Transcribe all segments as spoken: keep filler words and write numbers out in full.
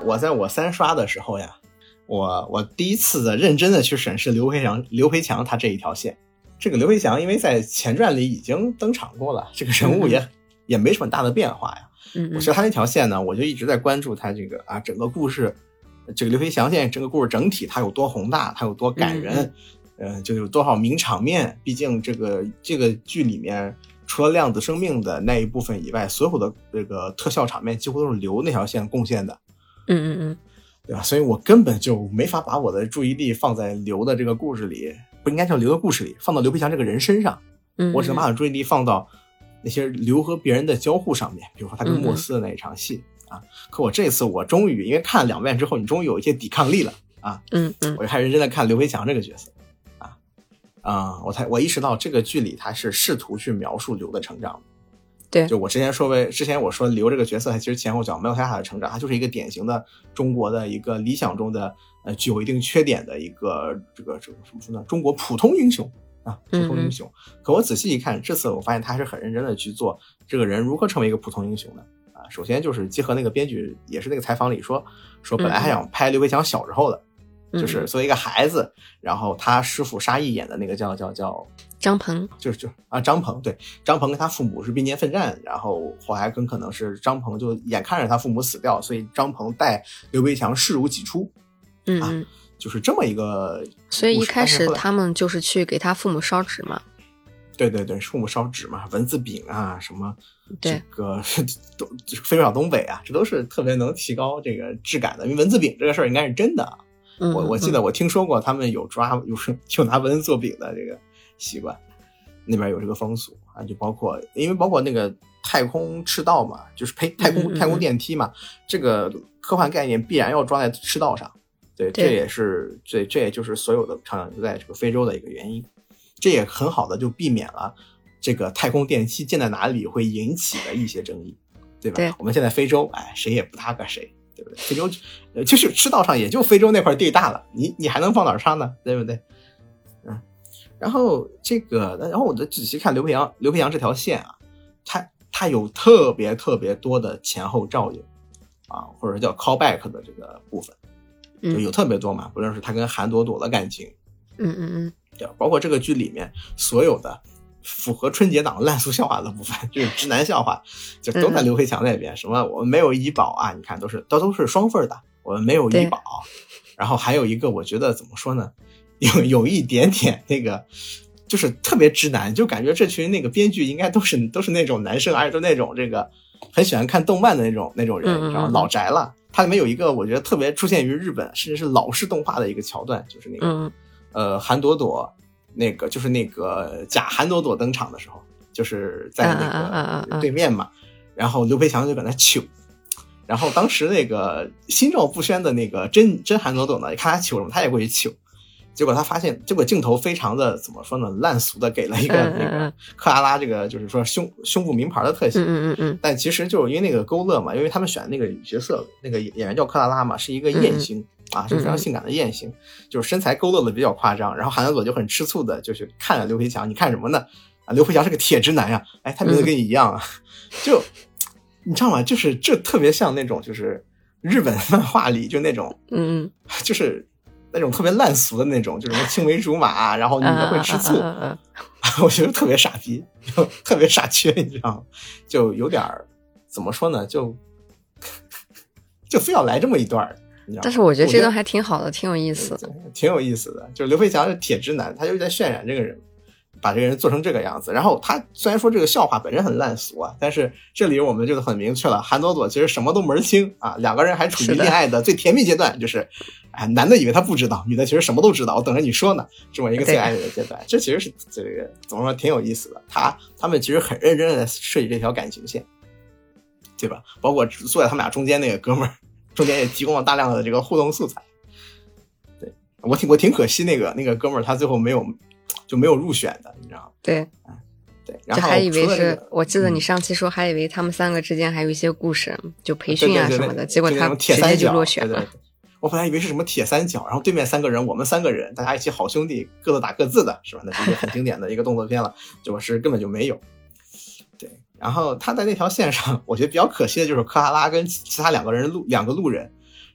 我在我三刷的时候呀，我我第一次的认真的去审视刘培强刘培强他这一条线。这个刘培强因为在前传里已经登场过了，这个人物也、嗯、也没什么大的变化呀。 嗯， 我觉得他那条线呢，我就一直在关注他这个啊整个故事，这个刘培强线整个故事整体它有多宏大，它有多感人，嗯、呃，就有多少名场面。毕竟这个这个剧里面除了量子生命的那一部分以外，所有的这个特效场面几乎都是刘那条线贡献的。 嗯嗯嗯， 对吧？所以我根本就没法把我的注意力放在刘的这个故事里，不应该叫刘的故事里，放到刘培强这个人身上。 嗯， 我只能把我注意力放到那些刘和别人的交互上面，比如说他跟莫斯的那一场戏、嗯、啊。可我这次我终于因为看了两遍之后，你终于有一些抵抗力了啊。 嗯嗯， 我就开始认真的看刘培强这个角色啊啊、嗯，我才我意识到这个剧里他是试图去描述刘的成长。 对， 就我之前说为之前我说刘这个角色，他其实前后脚没有太大的成长，他就是一个典型的中国的一个理想中的呃具有一定缺点的一个这个这个什么说呢？中国普通英雄啊，普通英雄。嗯、可我仔细一看，这次我发现他还是很认真的去做这个人如何成为一个普通英雄的啊。首先就是结合那个编剧也是那个采访里说说本来还想拍刘培强小时候的。嗯、就是作为一个孩子，然后他师傅沙溢演的那个叫叫叫张鹏， 就是就啊张鹏，对，张鹏跟他父母是并肩奋战，然后后来更可能是张鹏就眼看着他父母死掉，所以张鹏带刘培强视如己出， 嗯、 啊，就是这么一个。 所以一开始他们就是去给他父母烧纸嘛。 对对对，父母烧纸嘛，蚊子饼啊，什么这个都非洲小东北啊，这都是特别能提高这个质感的，因为蚊子饼这个事儿应该是真的。 嗯、 我我记得我听说过他们有抓有有拿蚊子做饼的这个习惯，那边有这个风俗啊，就包括因为包括那个太空赤道嘛，就是呸太空、嗯、太空电梯嘛，这个科幻概念必然要装在赤道上，对，这也是这这也就是所有的场景在这个非洲的一个原因，这也很好的就避免了这个太空电梯建在哪里会引起的一些争议，对吧？ 对， 我们现在非洲，哎，谁也不搭个谁。对不对？非洲就是赤道上也就非洲那块地大了，你你还能放哪儿插呢？对不对？嗯，然后这个，然后我就仔细看刘培强刘培强这条线啊，他他有特别特别多的前后照应啊，或者叫 callback 的这个部分，就有特别多嘛，不论是他跟韩朵朵的感情， 嗯嗯嗯， 对，包括这个剧里面所有的符合春节档烂俗笑话的部分，就是直男笑话，就都在刘培强那边。嗯、什么我们没有医保啊，你看都是都都是双份的，我们没有医保。然后还有一个，我觉得怎么说呢，有有一点点那个，就是特别直男，就感觉这群那个编剧应该都是都是那种男生，而且都那种这个很喜欢看动漫的那种那种人， 嗯、 然后老宅了。它里面有一个我觉得特别出现于日本，甚至是老式动画的一个桥段，就是那个、 嗯、 呃韩朵朵。那个就是那个假韩朵朵登场的时候，就是在那个对面嘛，啊啊啊啊然后刘培强就搁那糗，然后当时那个心照不宣的那个真真韩朵朵呢，你看他糗什么，他也过去糗，结果他发现，结果镜头非常的怎么说呢，烂俗的给了一个那个克拉拉这个就是说胸胸部名牌的特写， 嗯嗯嗯， 但其实就是因为那个勾勒嘛，因为他们选那个角色，那个演员叫克拉拉嘛，是一个艳星。嗯啊，是非常性感的艳星，就是身材勾勒的比较夸张，然后韩朵朵就很吃醋的，就是看了刘培强，你看什么呢？啊，刘培强是个铁直男呀，哎，他名字跟你一样啊，就你知道吗？就是这特别像那种就是日本漫画里就那种， 嗯， 就是那种特别烂俗的那种，就是什么青梅竹马，然后女的会吃醋， 啊、 我觉得特别傻逼，就特别傻缺，你知道吗？就有点怎么说呢？就就非要来这么一段。 但是我觉得这段还挺好的，挺有意思的， 挺有意思的。就是刘培强是铁直男，他就在渲染这个人，把这个人做成这个样子。然后他虽然说这个笑话本身很烂俗啊，但是这里我们就很明确了，韩朵朵其实什么都门清啊，两个人还处于恋爱的最甜蜜阶段，就是哎，男的以为他不知道，女的其实什么都知道，我等着你说呢，这么一个最暧昧的阶段。这其实是这个怎么说挺有意思的。他他们其实很认真的设计这条感情线，对吧？包括坐在他们俩中间那个哥们儿。中间也提供了大量的这个互动素材，对我挺我挺可惜那个那个哥们儿他最后没有就没有入选的，你知道吗？ 对， 嗯，对，然后还以为是、 这个、 我记得你上期说还以为他们三个之间还有一些故事，嗯、就培训啊什么的， 对对对对结果他直接就落选了。 对对对，我本来以为是什么铁三角，然后对面三个人，我们三个人，大家一起好兄弟，各自打各自的，是吧？那是一个很经典的一个动作片了，结果是根本就没有。对，然后他在那条线上，我觉得比较可惜的就是克拉拉跟其他两个人路两个路人。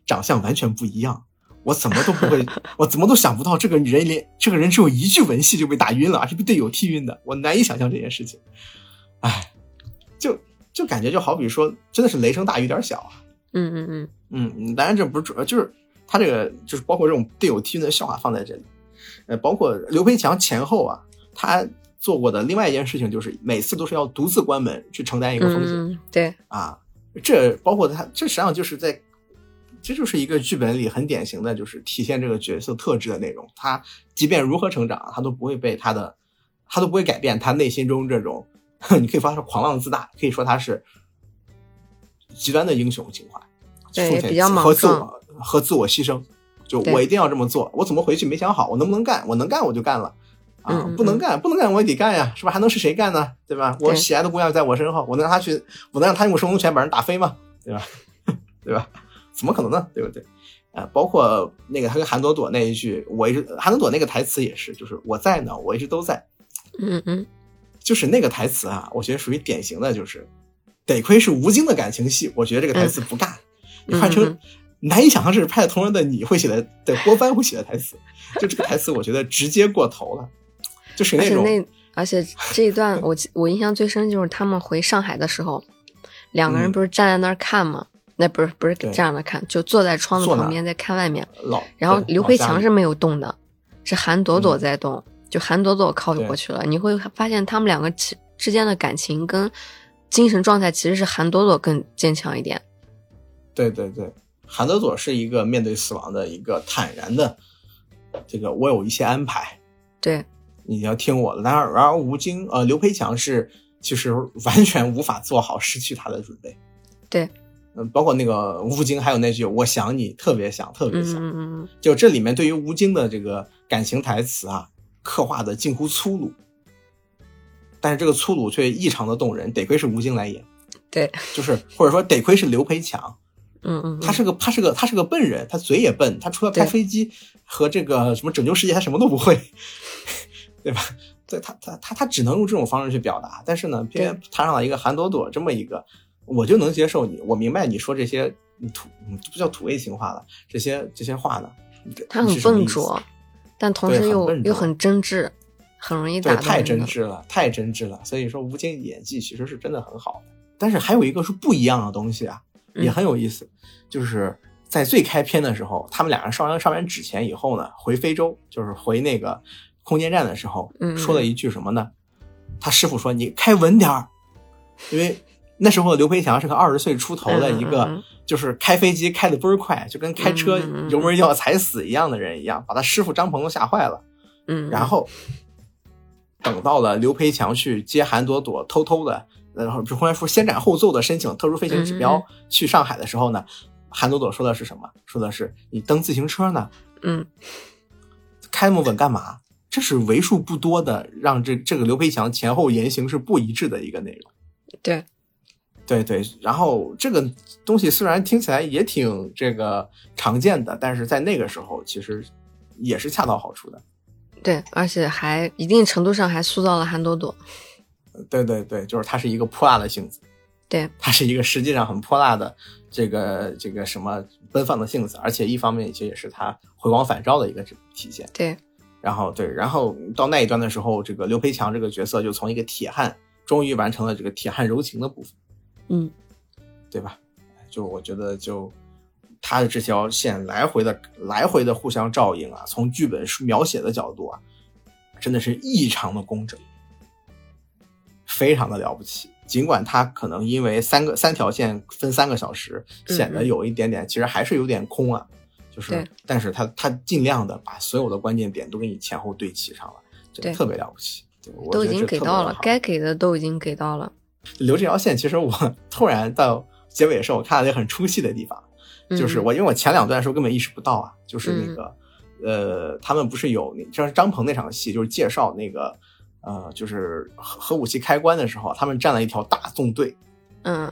长相完全不一样，我怎么都不会，我怎么都想不到这个人连这个人只有一句文戏就被打晕了，而且被队友踢晕的，我难以想象这件事情。哎，就就感觉就好比说，真的是雷声大雨点小啊。 嗯嗯嗯嗯，当然这不是主要，就是他这个就是包括这种队友踢晕的笑话放在这里，呃，包括刘培强前后啊，他做过的另外一件事情就是每次都是要独自关门去承担一个风险。 嗯，对啊，这包括他，这实际上就是在。这就是一个剧本里很典型的，就是体现这个角色特质的内容。他即便如何成长，他都不会被他的，他都不会改变他内心中这种，你可以说他是狂浪自大，可以说他是极端的英雄情怀， 对，比较莽和自我和自我牺牲。就我一定要这么做，我怎么回去没想好，我能不能干？我能干我就干了啊， 嗯嗯不能干不能干我也得干呀，是吧？还能是谁干呢？对吧？我喜爱的姑娘在我身后，我能让他去，我能让他用生龙拳把人打飞吗？对吧？对吧？怎么可能呢？对不对？啊、呃，包括那个他跟韩朵朵那一句，我一直韩朵朵那个台词也是，就是我在呢，我一直都在。 嗯嗯， 就是那个台词啊，我觉得属于典型的，就是得亏是吴京的感情戏，我觉得这个台词不尬。你、嗯、换成难以想象这是拍的同人的你会写的，对郭帆会写的台词，就这个台词我觉得直接过头了，就是那种。 而且那而且这一段我我印象最深就是他们回上海的时候，两个人不是站在那儿看吗？嗯那不是不是这样的看，就坐在窗子旁边在看外面。然后刘培强是没有动的，是韩朵朵在动，嗯、就韩朵朵靠过去了。你会发现他们两个之间的感情跟精神状态其实是韩朵朵更坚强一点。 对对对，韩朵朵是一个面对死亡的一个坦然的，这个我有一些安排， 对， 你要听我的。然而，然而吴京呃刘培强是其实完全无法做好失去他的准备。 对。 嗯，包括那个吴京还有那句我想你特别想特别想， 嗯嗯嗯， 就这里面对于吴京的这个感情台词啊，刻画的近乎粗鲁，但是这个粗鲁却异常的动人，得亏是吴京来演。 对， 就是或者说得亏是刘培强。 嗯嗯， 他是个他是个他是个笨人，他嘴也笨，他除了开飞机和这个什么拯救世界，他什么都不会，对吧？对，他他他他只能用这种方式去表达，但是呢，偏偏摊上了一个韩朵朵这么一个。我就能接受你，我明白你说这些土，这不叫土味情话了，这些这些话呢， 他很笨拙，但同时又又很真挚，很容易打动人。 对，太真挚了，太真挚了。所以说吴京演技其实是真的很好的，但是还有一个是不一样的东西啊，也很有意思，嗯、就是在最开篇的时候，他们两人上完上完纸钱以后呢，回非洲，就是回那个空间站的时候， 嗯、 说了一句什么呢？他师傅说：“你开稳点儿，因为。”那时候刘培强是个二十岁出头的一个， 嗯嗯嗯就是开飞机开得倍儿快，就跟开车油门要踩死一样的人一样，把他师傅张鹏都吓坏了。 嗯， 然后等到了刘培强去接韩朵朵，偷偷的，然后后来说先斩后奏的申请特殊飞行指标、 嗯、 去上海的时候呢，韩朵朵说的是什么？说的是你蹬自行车呢， 嗯， 开那么稳干嘛？这是为数不多的让这这个刘培强前后言行是不一致的一个内容。 对。 对对，然后这个东西虽然听起来也挺这个常见的，但是在那个时候其实也是恰到好处的。 对，而且还一定程度上还塑造了韩朵朵。 对对对，就是他是一个泼辣的性子。 对， 他是一个实际上很泼辣的这个这个什么奔放的性子，而且一方面其实也是他回光返照的一个体现。 对， 然后对，然后到那一段的时候，这个刘培强这个角色就从一个铁汉终于完成了这个铁汉柔情的部分。 嗯， 对吧？就我觉得，就他的这条线来回的、来回的互相照应啊，从剧本描写的角度啊，真的是异常的工整，非常的了不起。尽管他可能因为三个三条线分三个小时，显得有一点点，嗯、其实还是有点空啊。就是，但是他他尽量的把所有的关键点都给你前后对齐上了，真的特别了不起。对，我都已经给到了，该给的都已经给到了。 留这条线，其实我突然到结尾的时候，我看到一个很出戏的地方， 嗯、 就是我因为我前两段的时候根本意识不到啊，就是那个、嗯、呃，他们不是有就是张鹏那场戏，就是介绍那个呃，就是核核武器开关的时候，他们站了一条大纵队， 嗯嗯，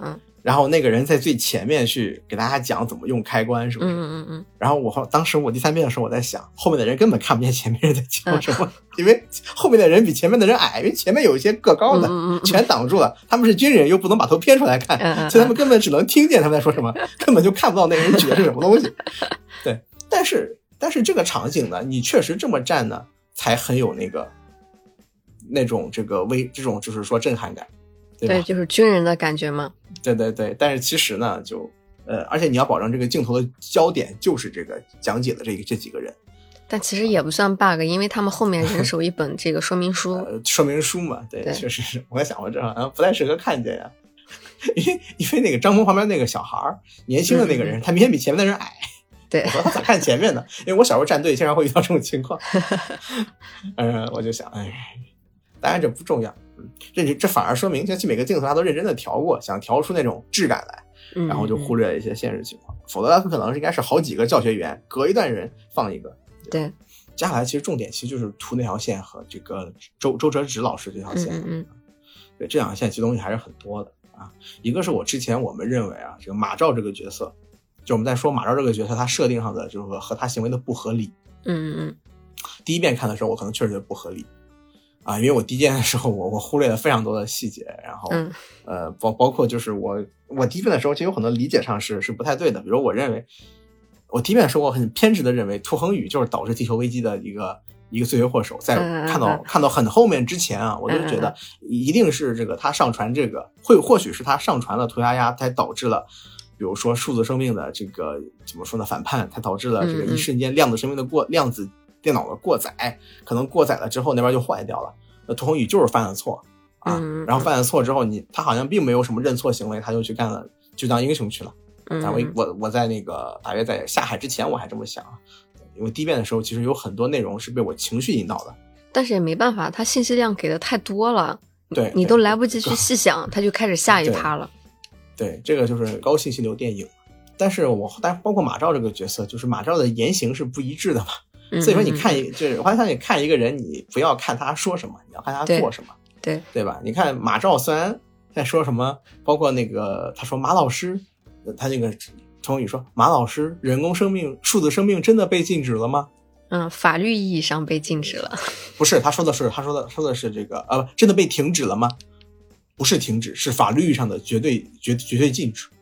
然后那个人在最前面去给大家讲怎么用开关，是不是？ 嗯嗯嗯。 然后我当时我第三遍的时候，我在想，后面的人根本看不见前面人在讲什么，嗯、因为后面的人比前面的人矮，因为前面有一些个高的、 嗯嗯、 全挡住了。他们是军人，又不能把头偏出来看， 嗯、 所以他们根本只能听见他们在说什么，嗯、根本就看不到那个人举的是什么东西。对，但是但是这个场景呢，你确实这么站呢，才很有那个那种这个微这种就是说震撼感。对, 对，就是军人的感觉嘛。 对对对，但是其实呢，就呃，而且你要保证这个镜头的焦点就是这个讲解的这个这几个人。 但其实也不算 bug， 因为他们后面人手一本这个说明书。 呃、说明书嘛，对，对确实是。我还想过这好像不太适合看见呀，因为因为那个张峰旁边那个小孩年轻的那个人，嗯、他明显比前面的人矮。 对， 我说他咋看前面呢？因为我小时候站队经常会遇到这种情况。嗯、呃，我就想，哎，当然这不重要。这这反而说明，这每个镜头他都认真的调过，想调出那种质感来，然后就忽略了一些现实情况。嗯、否则他可能应该是好几个教学员，隔一段人放一个。 对， 接下来其实重点其实就是图那条线和这个周周哲直老师这条线。 嗯嗯。 对，这两条线其实东西还是很多的啊。一个是我之前我们认为啊，这个马照这个角色，就我们在说马照这个角色他设定上的就是和他行为的不合理。 嗯嗯。 第一遍看的时候，我可能确实觉得不合理。啊，因为我第一遍的时候，我我忽略了非常多的细节，然后， 嗯、 呃，包包括就是我我第一遍的时候，其实有很多理解上是是不太对的。比如我认为，我第一遍的时候，我很偏执的认为涂恒宇就是导致地球危机的一个一个罪魁祸首。在看到、嗯、看到很后面之前啊，我就觉得一定是这个他上传这个，会或许是他上传了涂鸦鸦，才导致了，比如说数字生命的这个怎么说呢反叛，才导致了这个一瞬间量子生命的过量子。电脑的过载，可能过载了之后那边就坏掉了。那涂恒宇就是犯了错啊， 嗯、 然后犯了错之后，你他好像并没有什么认错行为，他就去干了，就当英雄去了。 嗯， 我我我在那个大约在下海之前我还这么想，因为第一遍的时候其实有很多内容是被我情绪引导的， 但是也没办法，他信息量给的太多了， 对你都来不及去细想，他就开始下一趴了。 对，对，这个就是高信息流电影。但是我但包括马照这个角色，就是马照的言行是不一致的嘛。所以说你看一就是我还想你看一个人，你不要看他说什么，你要看他做什么， 对 对, 对吧？你看马照虽然在说什么，包括那个他说马老师，他那个涂恒宇说马老师，人工生命数字生命真的被禁止了吗？ 嗯，法律意义上被禁止了。 不是，他说的是他说的说的是这个呃，真的被停止了吗？不是停止，是法律上的绝对绝绝对禁止。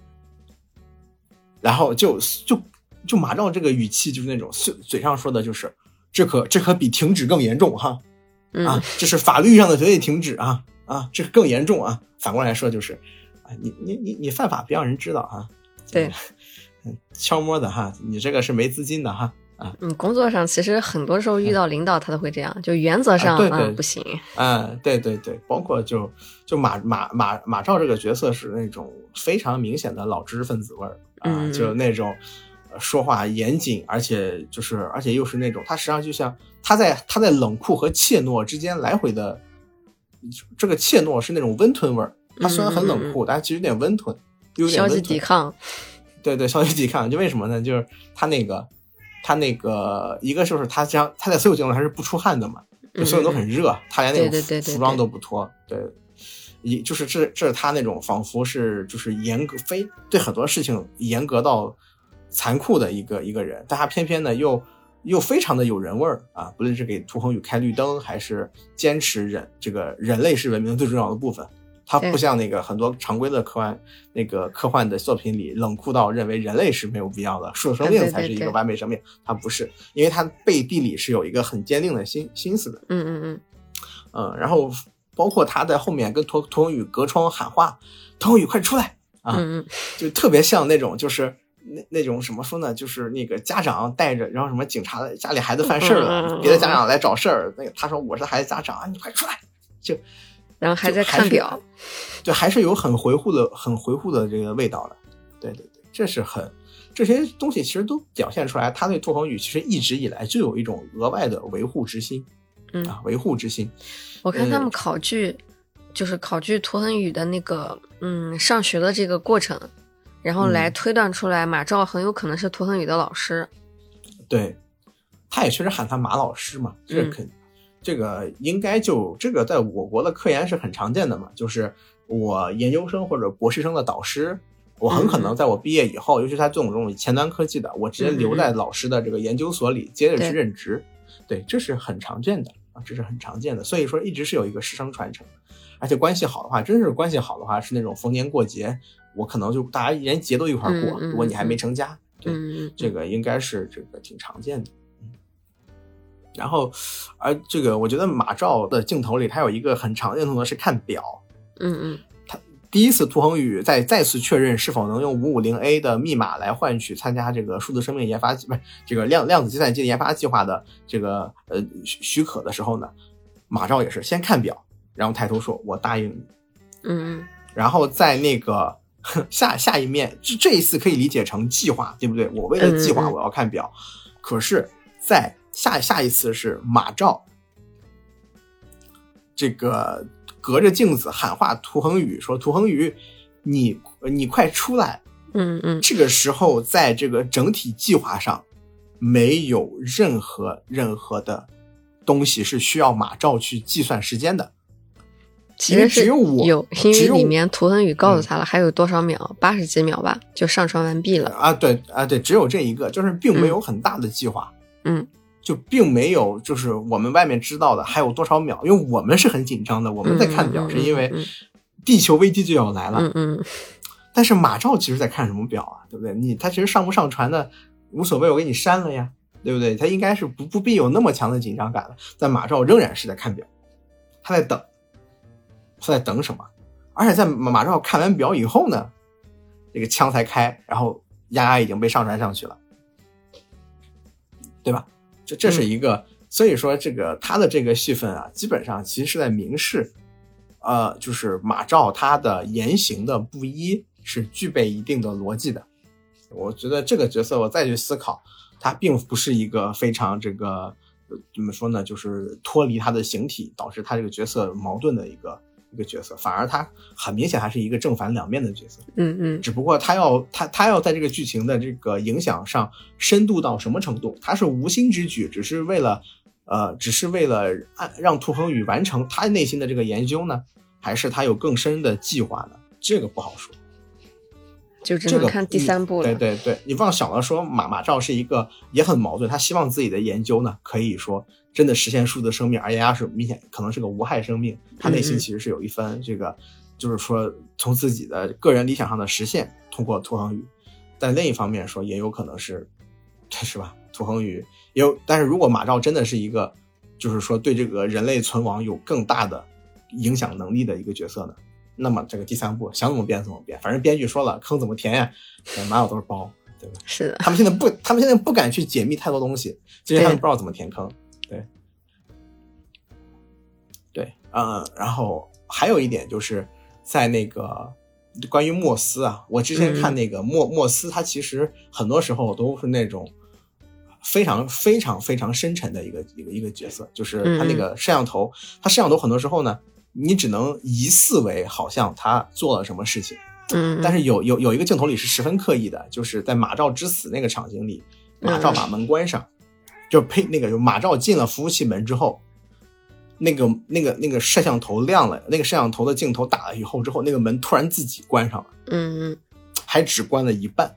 然后就就。就马照这个语气就是那种嘴上说的就是这可这可比停止更严重哈，啊，这是法律上的绝对停止啊啊，这更严重啊。反过来说就是啊，你你你你犯法别让人知道啊， 对， 悄摸的哈，你这个是没资金的哈啊。 嗯，工作上其实很多时候遇到领导他都会这样，嗯、就原则上啊、 对对嗯、不行啊，对对对，包括就就马马马马照这个角色是那种非常明显的老知识分子味儿啊， 嗯、 就那种。说话严谨，而且就是而且又是那种他实际上就像他在他在冷酷和怯懦之间来回的，这个怯懦是那种温吞味儿，他虽然很冷酷，嗯、但其实有点温吞，有点温吞消极抵抗。 对对，消极抵抗。就为什么呢？就是他那个他那个一个就是他将他在所有镜头还是不出汗的嘛，就所有都很热，嗯、他连那种服装都不脱，对。一就是这这是他那种仿佛是就是严格非对很多事情严格到残酷的一个一个人，但他偏偏呢又又非常的有人味儿啊！不论是给涂恒宇开绿灯，还是坚持人这个人类是文明最重要的部分，他不像那个很多常规的科幻那个科幻的作品里冷酷到认为人类是没有必要的，数字生命才是一个完美生命，他不是，因为他背地里是有一个很坚定的心心思的。 嗯嗯嗯嗯，然后包括他在后面跟涂涂恒宇隔窗喊话，涂恒宇快出来啊！ 嗯嗯， 就特别像那种就是那那种什么说呢，就是那个家长带着，然后什么警察家里孩子犯事了，嗯、别的家长来找事儿，那个他说我是孩子家长，你快出来，就然后还在看表， 对，还是有很维护的很维护的这个味道的，对对对，这是很这些东西其实都表现出来，他对涂恒宇其实一直以来就有一种额外的维护之心， 嗯啊，维护之心。 我看他们考据，嗯、就是考据涂恒宇的那个嗯上学的这个过程。然后来推断出来，马照很有可能是涂恒宇的老师。 嗯、对，他也确实喊他马老师嘛，这肯、嗯、这个应该就这个在我国的科研是很常见的嘛，就是我研究生或者博士生的导师，我很可能在我毕业以后，嗯、尤其他这种这种前端科技的，我直接留在老师的这个研究所里，接着去任职。对，这是很常见的啊，这是很常见的。所以说，一直是有一个师生传承，而且关系好的话，真是关系好的话，是那种逢年过节，我可能就大家连节都一块过。 嗯、 如果你还没成家， 嗯、 对，这个应该是这个挺常见的。然后，而这个我觉得马照的镜头里，它有一个很常见的动作是看表。 嗯嗯， 他第一次涂恒宇在再次确认是否能用 五五零 A 的密码来换取参加这个数字生命研发不是这个量量子计算机的研发计划的这个呃许许可的时候呢，马照也是先看表，然后抬头说我答应你。 嗯嗯， 然后在那个下下一面，这这一次可以理解成计划，对不对？我为了计划我要看表，嗯嗯，可是在下下一次是马照这个隔着镜子喊话涂恒宇说涂恒宇你你快出来。 嗯嗯， 这个时候在这个整体计划上没有任何任何的东西是需要马照去计算时间的。 其实只有我有，因为里面涂恒宇告诉他了、嗯、还有多少秒，八十几秒吧，就上传完毕了啊。对啊，对，只有这一个，就是并没有很大的计划。 嗯， 就并没有就是我们外面知道的还有多少秒，因为我们是很紧张的，我们在看表，是因为地球危机就要来了。 嗯嗯。 但是马照其实在看什么表啊，对不对？你他其实上不上传的无所谓，我给你删了呀，对不对？他应该是不不必有那么强的紧张感的。但马照仍然是在看表，他在等，他在等什么？而且在马照看完表以后呢，这个枪才开，然后丫丫已经被上传上去了，对吧？这这是一个、嗯，所以说这个他的这个戏份啊，基本上其实是在明示，呃，就是马照他的言行的不一是具备一定的逻辑的。我觉得这个角色我再去思考，他并不是一个非常这个怎么说呢，就是脱离他的形体导致他这个角色矛盾的一个一个角色，反而他很明显还是一个正反两面的角色。 嗯嗯， 只不过他要他他要在这个剧情的这个影响上深度到什么程度？他是无心之举，只是为了呃，只是为了按让涂恒宇完成他内心的这个研究呢，还是他有更深的计划呢？这个不好说。 就只能看第三部了。 这个、对对对，你忘小了说马马照是一个也很矛盾，他希望自己的研究呢可以说真的实现数字生命，而丫丫是明显可能是个无害生命，他内心其实是有一番这个、嗯、就是说从自己的个人理想上的实现通过涂恒宇，但另一方面说也有可能是是吧，涂恒宇也有，但是如果马照真的是一个就是说对这个人类存亡有更大的影响能力的一个角色呢，那么这个第三部想怎么编怎么编，反正编剧说了坑怎么填呀，满有都是包，对吧？ 是的， 他们现在不，他们现在不敢去解密太多东西，因为他们不知道怎么填坑。对，对，嗯，然后还有一点就是在那个关于莫斯啊，我之前看那个莫、嗯、莫斯，他其实很多时候都是那种非常非常非常深沉的一个一个一个角色，就是他那个摄像头，嗯、他摄像头很多时候呢。你只能疑似为好像他做了什么事情， 嗯， 但是有有有一个镜头里是十分刻意的，就是在马照之死那个场景里，马照把门关上，嗯、就呸，那个就马照进了服务器门之后，那个那个那个摄像头亮了，那个摄像头的镜头打了以后之后，那个门突然自己关上了， 嗯嗯， 还只关了一半，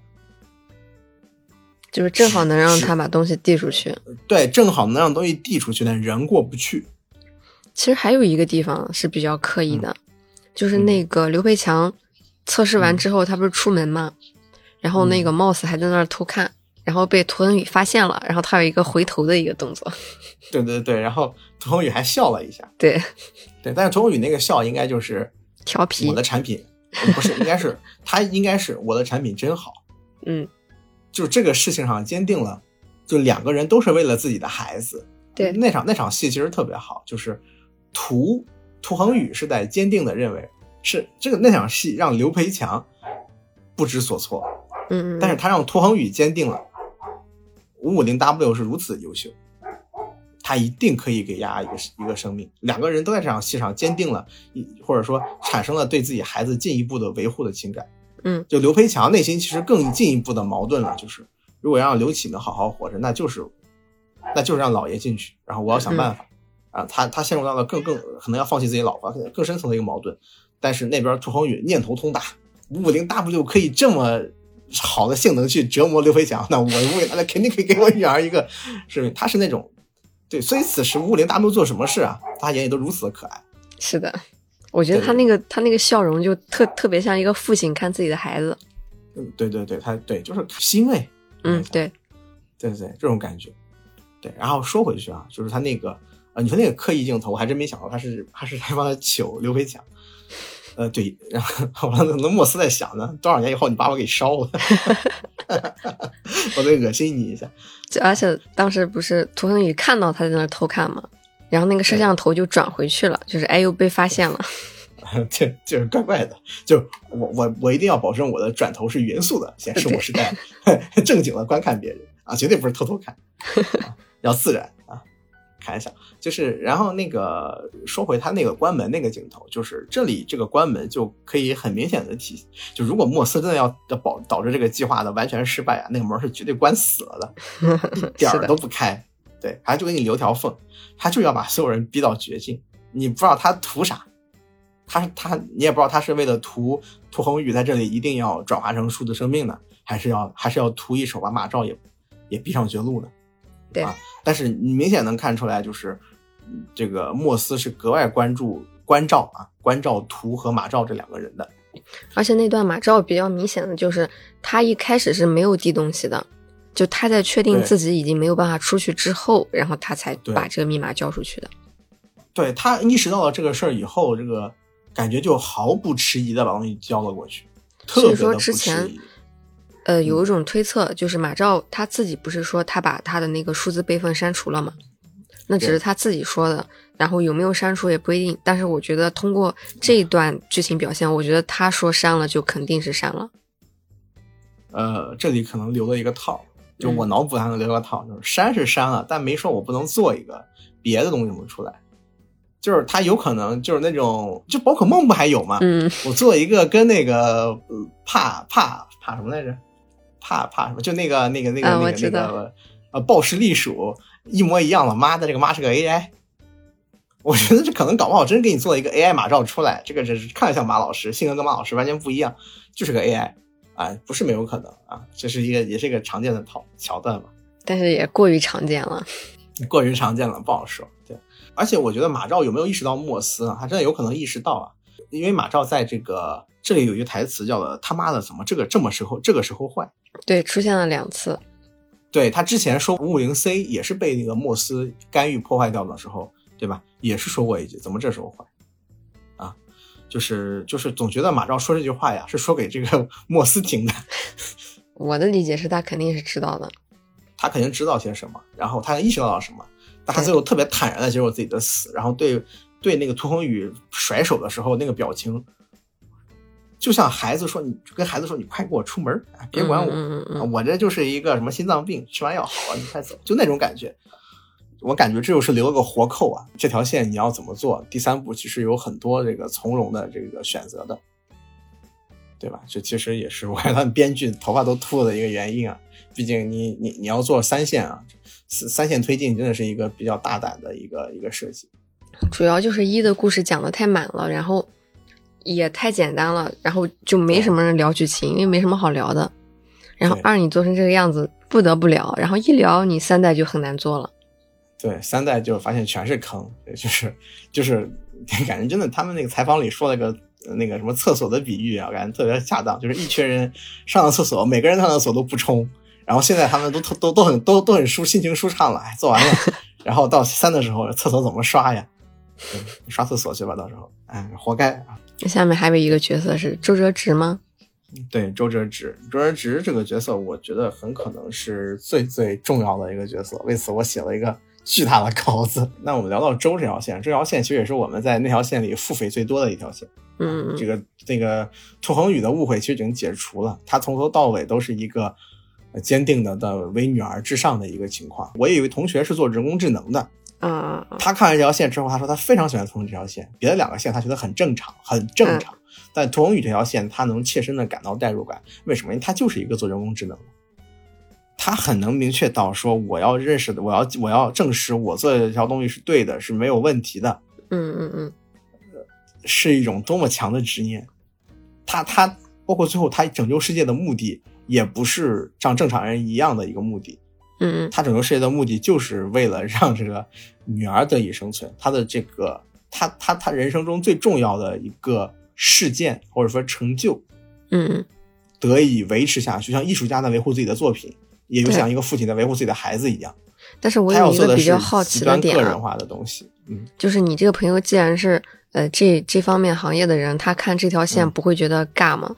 就是正好能让他把东西递出去， 对，正好能让东西递出去，但人过不去。 其实还有一个地方是比较刻意的，嗯、就是那个刘培强测试完之后，嗯、他不是出门嘛，然后那个 mouse 还在那儿偷看，嗯、然后被涂恒宇发现了，然后他有一个回头的一个动作。 对对对，然后涂恒宇还笑了一下。 对对，但是涂恒宇那个笑应该就是调皮， 我的产品不是，应该是他应该是我的产品真好。 嗯， 就这个事情上坚定了，就两个人都是为了自己的孩子。 对， 那场那场戏其实特别好，就是。涂涂恒宇是在坚定的认为是这个那场戏让刘培强不知所措， 嗯， 但是他让涂恒宇坚定了五五零 W 是如此优秀，他一定可以给丫丫一个一个生命。两个人都在这场戏上坚定了，或者说产生了对自己孩子进一步的维护的情感。 嗯， 就刘培强内心其实更进一步的矛盾了，就是如果让刘启能好好活着，那就是那就是让老爷进去，然后我要想办法。 嗯啊，他他陷入到了更更可能要放弃自己老婆更深层的一个矛盾， 但是那边涂恒宇念头通达，五五零 W 可以这么好的性能去折磨刘培强，那我五五零 W 肯定可以给我女儿一个，是他是那种对，所以此时五五零 W 做什么事啊，他眼里都如此的可爱。 是的，我觉得他那个他那个笑容就特特别像一个父亲看自己的孩子。 嗯，对对对，他对就是欣慰。 嗯，对， 对对对，这种感觉。对，然后说回去啊，就是他那个呃，你说那个刻意镜头，我还真没想到他是他是在帮他求刘培强。呃，对，然后我那莫斯在想呢，多少年以后你把我给烧了，我得恶心你一下。 就而且当时不是涂恒宇看到他在那偷看嘛，然后那个摄像头就转回去了，就是哎呦被发现了。 就就是怪怪的，就我我我一定要保证我的转头是匀速的，显示我是在正经的观看别人啊，绝对不是偷偷看，啊、要自然啊。开玩笑，就是然后那个说回他那个关门那个镜头，就是这里这个关门就可以很明显的体现，就如果莫斯真的要保导致这个计划的完全失败啊，那个门是绝对关死了的，一点儿都不开。对，他就给你留条缝，他就要把所有人逼到绝境，你不知道他图啥。他他你也不知道他是为了图涂恒宇在这里一定要转化成数字生命呢，还是要还是要图一手把马照也也逼上绝路呢？ 对啊，但是你明显能看出来，就是这个莫斯是格外关注关照啊，关照图和马照这两个人的。 而且那段马照比较明显的就是他一开始是没有递东西的，就他在确定自己已经没有办法出去之后，然后他才把这个密码交出去的。 对，他意识到了这个事儿以后，这个感觉就毫不迟疑的把东西交了过去，特别的不迟疑。所以说之前呃，有一种推测，嗯、就是马照他自己不是说他把他的那个数字备份删除了吗？那只是他自己说的，然后有没有删除也不一定。但是我觉得通过这一段剧情表现，我觉得他说删了就肯定是删了。 呃，这里可能留了一个套，就我脑补还能留个套，嗯、就是删是删了，但没说我不能做一个别的东西出来。就是他有可能就是那种，就宝可梦不还有吗？ 嗯， 我做一个跟那个、呃、怕怕怕什么来着？怕怕什么？就那个那个那个、 啊、 那个那个呃暴食栗鼠一模一样了。妈的，这个妈是个 A I。我觉得这可能搞不好真给你做一个 A I 马照出来，这个只是看着像马老师，性格跟马老师完全不一样，就是个 A I 啊，不是没有可能啊，这是一个也是一个常见的套桥段嘛。 但是也过于常见了， 过于常见了，不好说。对。而且我觉得马照有没有意识到莫斯啊？他真的有可能意识到啊，因为马照在这个这里有一个台词叫做他妈的怎么这个这么时候这个时候坏。 对，出现了两次。 对，他之前说 五五零 C 也是被那个莫斯干预破坏掉的时候，对吧？也是说过一句怎么这时候坏啊，就是就是总觉得马照说这句话呀是说给这个莫斯听的。 我的理解是他肯定是知道的， 他肯定知道些什么，然后他意识到了什么，但他最后特别坦然的接受自己的死，然后对对那个涂恒宇甩手的时候那个表情，就像孩子说，你跟孩子说你快给我出门，别管我， 嗯嗯嗯我这就是一个什么心脏病，吃完药好了，你快走，就那种感觉。我感觉这就是留了个活扣啊，这条线你要怎么做？第三部其实有很多这个从容的这个选择的，对吧？这其实也是我看他们编剧头发都秃了的一个原因啊。毕竟你你你要做三线啊，三线推进真的是一个比较大胆的一个一个设计。 主要就是一的故事讲的太满了，然后也太简单了，然后就没什么人聊剧情，因为没什么好聊的。然后二你做成这个样子不得不聊，然后一聊你三代就很难做了。 对，三代就发现全是坑，就是就是感觉真的他们那个采访里说了个那个什么厕所的比喻啊，感觉特别恰当，就是一群人上了厕所，每个人上厕所都不冲，然后现在他们都都都很都都很舒心情舒畅了，哎，做完了，然后到三的时候厕所怎么刷呀？刷厕所去吧，到时候，哎，活该啊！ 下面还有一个角色是周哲直吗？ 对，周哲直，周哲直这个角色，我觉得很可能是最最重要的一个角色，为此我写了一个巨大的稿子。那我们聊到周这条线，这条线其实也是我们在那条线里腹诽最多的一条线。 嗯， 这个那个涂恒宇的误会其实已经解除了，他从头到尾都是一个坚定的的为女儿至上的一个情况。我也有一位同学是做人工智能的。 嗯， 他看完这条线之后，他说他非常喜欢涂恒宇这条线，别的两个线他觉得很正常，很正常。嗯、但涂恒宇这条线，他能切身的感到代入感。为什么？因为他就是一个做人工智能的，他很能明确到说，我要认识的，我要我要证实我做的这条东西是对的，是没有问题的。 嗯嗯嗯。 是一种多么强的执念。他他包括最后他拯救世界的目的也不是像正常人一样的一个目的， 嗯， 他拯救世界的目的就是为了让这个女儿得以生存，他的这个他他他人生中最重要的一个事件或者说成就， 嗯， 得以维持下去，像艺术家在维护自己的作品，也就像一个父亲在维护自己的孩子一样。 但是我有一个比较好奇的点、啊， 个人化的东西，嗯， 就是你这个朋友既然是呃这这方面行业的人，他看这条线不会觉得尬吗？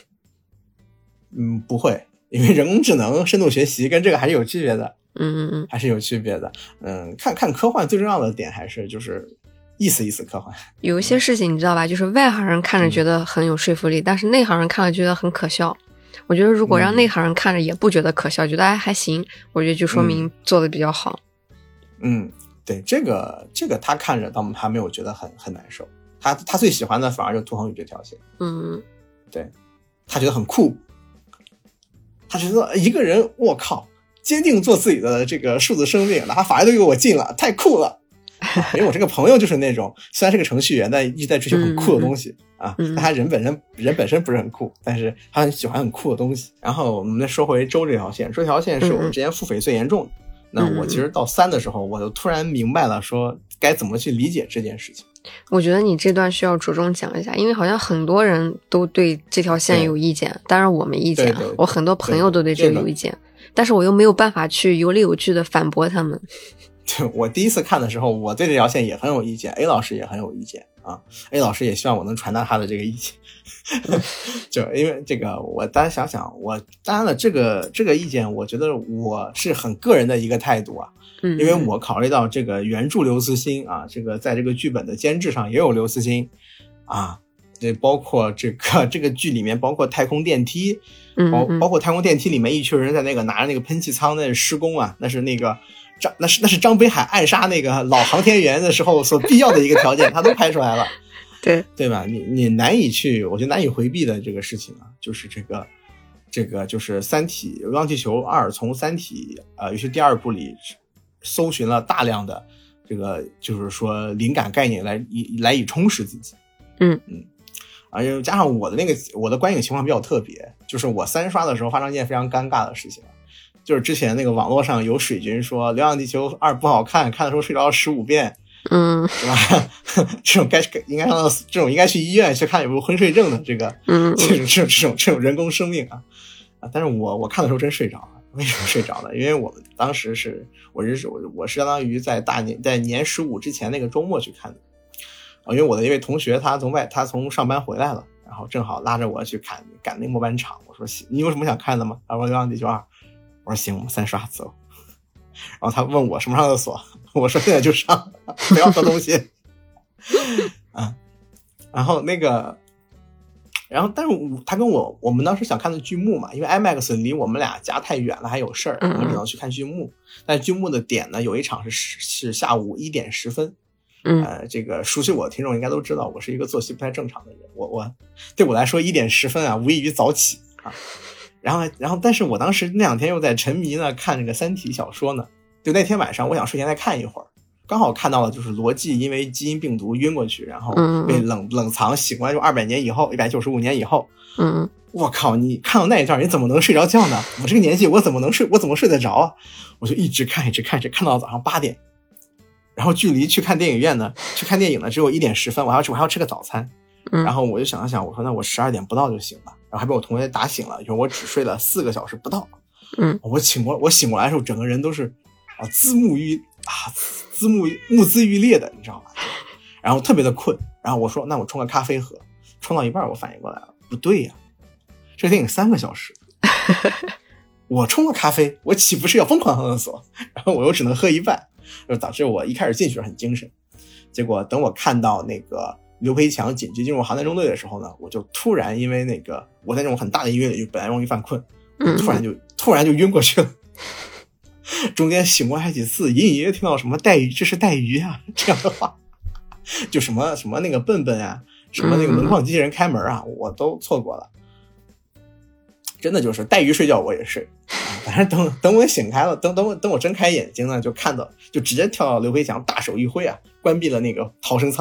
嗯，不会，因为人工智能、深度学习跟这个还是有区别的， 嗯嗯嗯， 还是有区别的。嗯，看看科幻最重要的点还是就是意思意思科幻。 有一些事情你知道吧，就是外行人看着觉得很有说服力，嗯、但是内行人看了觉得很可笑。我觉得如果让内行人看着也不觉得可笑，嗯、觉得还还行，我觉得就说明做的比较好。 嗯，对，这个这个他看着倒还没有觉得很很难受，他他最喜欢的反而就涂恒宇这条线。 嗯， 对，他觉得很酷，他觉得一个人我靠，坚定做自己的这个数字生命，哪怕法律都给我禁了，太酷了。因为我这个朋友就是那种虽然是个程序员，但一直在追求很酷的东西、嗯、啊。但他人本身人本身不是很酷，但是他很喜欢很酷的东西。然后我们再说回周这条线，这条线是我们之前腹诽最严重的。嗯、那我其实到三的时候，我就突然明白了，说该怎么去理解这件事情。 我觉得你这段需要着重讲一下，因为好像很多人都对这条线有意见，当然我没意见， 对对对， 我很多朋友都对这个有意见，但是我又没有办法去有理有据的反驳他们。 对，我第一次看的时候，我对这条线也很有意见 ，A 老师也很有意见啊 ，A 老师也希望我能传达他的这个意见。就因为这个，我大家想想，我当然了，这个这个意见，我觉得我是很个人的一个态度啊， 嗯， 因为我考虑到这个原著刘慈欣啊，这个在这个剧本的监制上也有刘慈欣啊，对，包括这个这个剧里面包括太空电梯，包包括太空电梯里面一群人在那个拿着那个喷气舱那施工啊，那是那个。张那是那是张北海暗杀那个老航天员的时候所必要的一个条件，他都拍出来了， 对对吧？你你难以去，我觉得难以回避的这个事情啊，就是这个这个就是《三体》《流浪地球二》从《三体》呃，尤其第二部里搜寻了大量的这个就是说灵感概念来以来以充实自己， 嗯嗯，而且加上我的那个我的观影情况比较特别，就是我三刷的时候发生一件非常尴尬的事情。就是之前那个网络上有水军说《流浪地球二》不好看，看的时候睡着了十五遍， 嗯， 是吧？这种该应该让这种应该去医院去看有没有昏睡症的这个， 嗯， 这种这种这种这种人工生命啊啊！但是我我看的时候真睡着了，为什么睡着了？因为我们当时是我是我我是相当于在大年在年十五之前那个周末去看的啊，因为我的一位同学他从外他从上班回来了，然后正好拉着我去看赶那末班场，我说你有什么想看的吗？他说《流浪地球二》。我说行，我们三刷走。然后他问我什么上厕所，我说现在就上，不要喝东西。啊，然后那个，然后但是他跟我，我们当时想看的剧目嘛，因为 IMAX 离我们俩家太远了，还有事儿，我们只能去看剧目。但剧目的点呢，有一场是是下午一点十分。 嗯， 呃，这个熟悉我的听众应该都知道，我是一个作息不太正常的人。我我对我来说一点十分啊，无异于早起啊。然后，然后，但是我当时那两天又在沉迷呢，看这个三体小说呢。就那天晚上，我想睡前再看一会儿，刚好看到了，就是罗辑因为基因病毒晕过去，然后被冷冷藏，醒过来就二百年以后，一百九十五年以后。 嗯， 我靠，你看到那一段，你怎么能睡着觉呢？我这个年纪，我怎么能睡？我怎么睡得着啊？我就一直看，一直看，一直看到早上八点。然后距离去看电影院呢，去看电影呢只有一点十分，我还要吃，我还要吃个早餐。然后我就想了想，我说那我十二点不到就行了，然后还被我同学打醒了，因为我只睡了四个小时不到。 嗯， 我醒过我醒过来的时候，整个人都是啊姿目欲啊姿目目眦欲裂的，你知道吧？然后特别的困，然后我说那我冲个咖啡喝，冲到一半我反应过来了，不对呀，这个电影三个小时，我冲个咖啡，我岂不是要疯狂上厕所？然后我又只能喝一半，就导致我一开始进去很精神，结果等我看到那个刘培强紧急进入航天中队的时候呢，我就突然因为那个我在那种很大的音乐里本来容易犯困，突然就突然就晕过去了。中间醒过来几次，隐隐约约听到什么带鱼，这是带鱼啊这样的话，就什么什么那个笨笨啊，什么那个门框机器人开门啊，我都错过了。真的就是带鱼睡觉我也睡，反正等等我醒开了，等等我等我睁开眼睛呢，就看到就直接跳到刘培强大手一挥啊，关闭了那个逃生舱。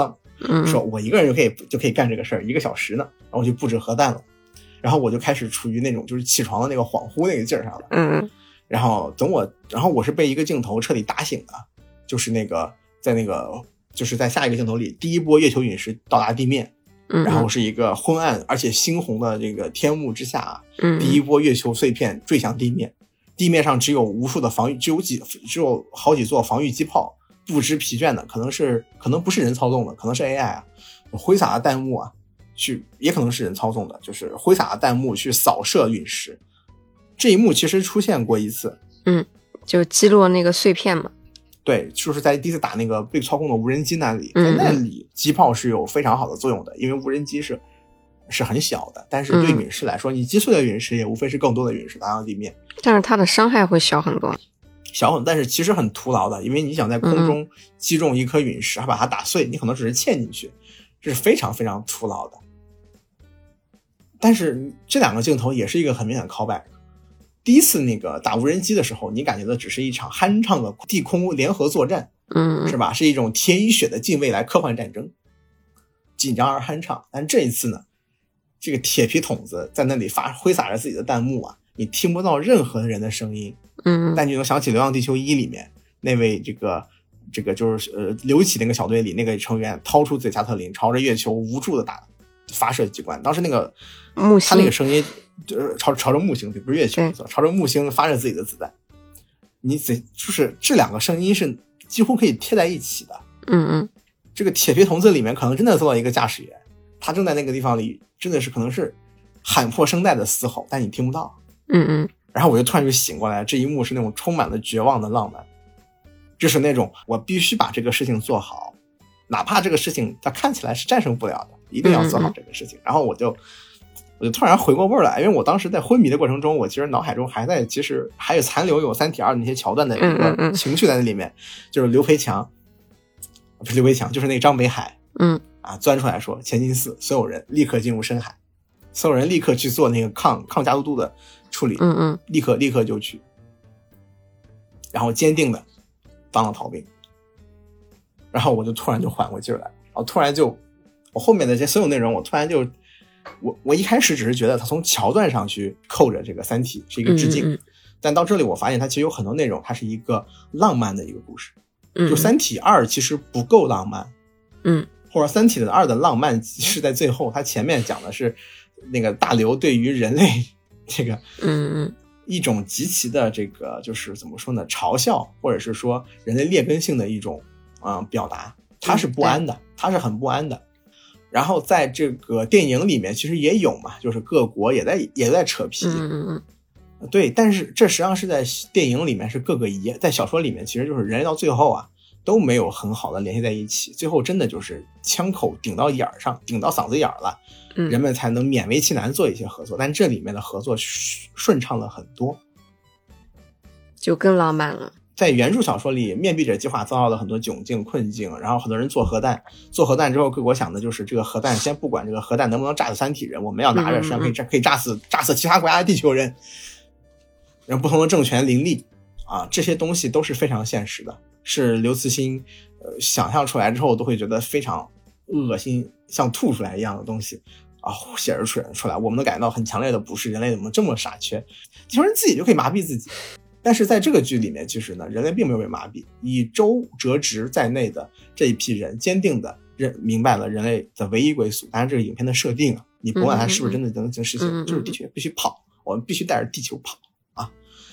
嗯， 说我一个人就可以就可以干这个事儿，一个小时呢，然后我就布置核弹了。然后我就开始处于那种就是起床的那个恍惚那个劲儿上了。 嗯， 然后等我，然后我是被一个镜头彻底打醒的，就是那个在那个就是在下一个镜头里，第一波月球陨石到达地面， 嗯， 然后是一个昏暗而且猩红的这个天幕之下啊， 嗯， 第一波月球碎片坠向地面，地面上只有无数的防御，只有几只有好几座防御机炮，不知疲倦的，可能是可能不是人操纵的，可能是 A I 啊，挥洒的弹幕啊。去也可能是人操纵的，就是挥洒的弹幕去扫射陨石。这一幕其实出现过一次， 嗯，就击落那个碎片嘛。 对，就是在第一次打那个被操控的无人机那里，在那里机炮是有非常好的作用的，因为无人机是是很小的，但是对陨石来说，你击碎的陨石也无非是更多的陨石打到地面， 但是它的伤害会小很多。 小很，但是其实很徒劳的，因为你想在空中击中一颗陨石，还把它打碎，你可能只是嵌进去，这是非常非常徒劳的。但是这两个镜头也是一个很明显的 callback。第一次那个打无人机的时候，你感觉的只是一场酣畅的地空联合作战， 嗯， 是吧？是一种铁与血的近未来科幻战争，紧张而酣畅。但这一次呢，这个铁皮筒子在那里发挥洒着自己的弹幕啊，你听不到任何人的声音， 嗯， 但你能想起《流浪地球一》里面那位这个这个就是呃刘启那个小队里那个成员掏出自己加特林，朝着月球无助的打发射机关，当时那个木星， 他那个声音就是朝朝着木星，对，不是月球，朝着木星发射自己的子弹。你怎就是这两个声音是几乎可以贴在一起的。 嗯嗯， 这个铁皮筒子里面可能真的做到一个驾驶员，他正在那个地方里，真的是可能是喊破声带的嘶吼，但你听不到。 嗯嗯， 然后我就突然就醒过来，这一幕是那种充满了绝望的浪漫，就是那种我必须把这个事情做好，哪怕这个事情它看起来是战胜不了的，一定要做好这个事情。嗯嗯，然后我就我就突然回过味儿来，因为我当时在昏迷的过程中，我其实脑海中还在其实还有残留有三体二的那些桥段的一个情绪在那里面，嗯嗯嗯，就是刘培强不是刘培强就是那个张北海， 嗯啊，钻出来说前进四所有人立刻进入深海，所有人立刻去做那个抗抗加速度的处理， 嗯嗯， 立刻立刻就去，然后坚定的当了逃兵。然后我就突然就缓过劲儿来，然后突然就我后面的这些所有内容，我突然就我我一开始只是觉得它从桥段上去扣着这个三体是一个致敬， 嗯嗯， 但到这里我发现它其实有很多内容它是一个浪漫的一个故事。 嗯， 就三体二其实不够浪漫， 嗯， 或者三体的二的浪漫是在最后，它前面讲的是那个大刘对于人类这个嗯嗯一种极其的这个就是怎么说呢，嘲笑或者是说人类劣根性的一种啊、呃、表达，他是不安的，他是很不安的。然后在这个电影里面其实也有嘛，就是各国也在也在扯皮， 嗯嗯嗯，对，但是这实际上是在电影里面是各个一，在小说里面其实就是人类到最后啊都没有很好的联系在一起，最后真的就是枪口顶到眼儿上，顶到嗓子眼儿了， 嗯， 人们才能勉为其难做一些合作，但这里面的合作顺畅了很多， 就更浪漫了。 在原著小说里，面壁者计划遭到了很多窘境困境，然后很多人做核弹，做核弹之后，各国想的就是这个核弹先不管这个核弹能不能炸死三体人，我们要拿着实际上可以炸可以炸死炸死其他国家的地球人，让不同的政权林立啊，这些东西都是非常现实的，是刘慈欣呃想象出来之后都会觉得非常恶心，像吐出来一样的东西啊，写着出来出来，我们能感觉到很强烈的不适，人类怎么这么傻缺，地球人自己就可以麻痹自己。但是在这个剧里面，其实呢，人类并没有被麻痹，以周哲直在内的这一批人坚定的认明白了人类的唯一归宿。当然，这个影片的设定啊，你不管它是不是真的能这实现， 嗯嗯嗯就是地球必须跑，我们必须带着地球跑啊。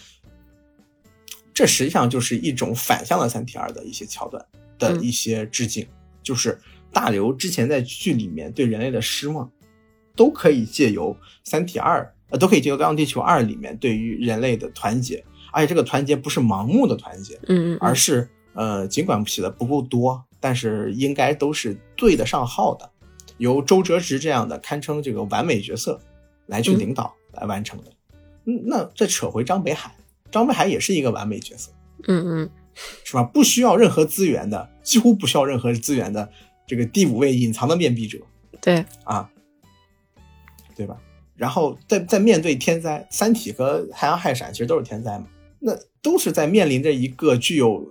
这实际上就是一种反向了三体二的一些桥段的一些致敬，嗯、就是大刘之前在剧里面对人类的失望，都可以借由三体二，呃，都可以借由《流浪地球二》里面对于人类的团结。而且这个团结不是盲目的团结， 嗯， 而是呃，尽管写的不够多，但是应该都是对得上号的，由周哲直这样的堪称这个完美角色来去领导、嗯、来完成的。嗯，那再扯回张北海，张北海也是一个完美角色， 嗯嗯， 是吧？不需要任何资源的，几乎不需要任何资源的这个第五位隐藏的面壁者， 对啊，对吧？然后在在面对天灾，三体和太阳害闪其实都是天灾嘛。那都是在面临着一个具有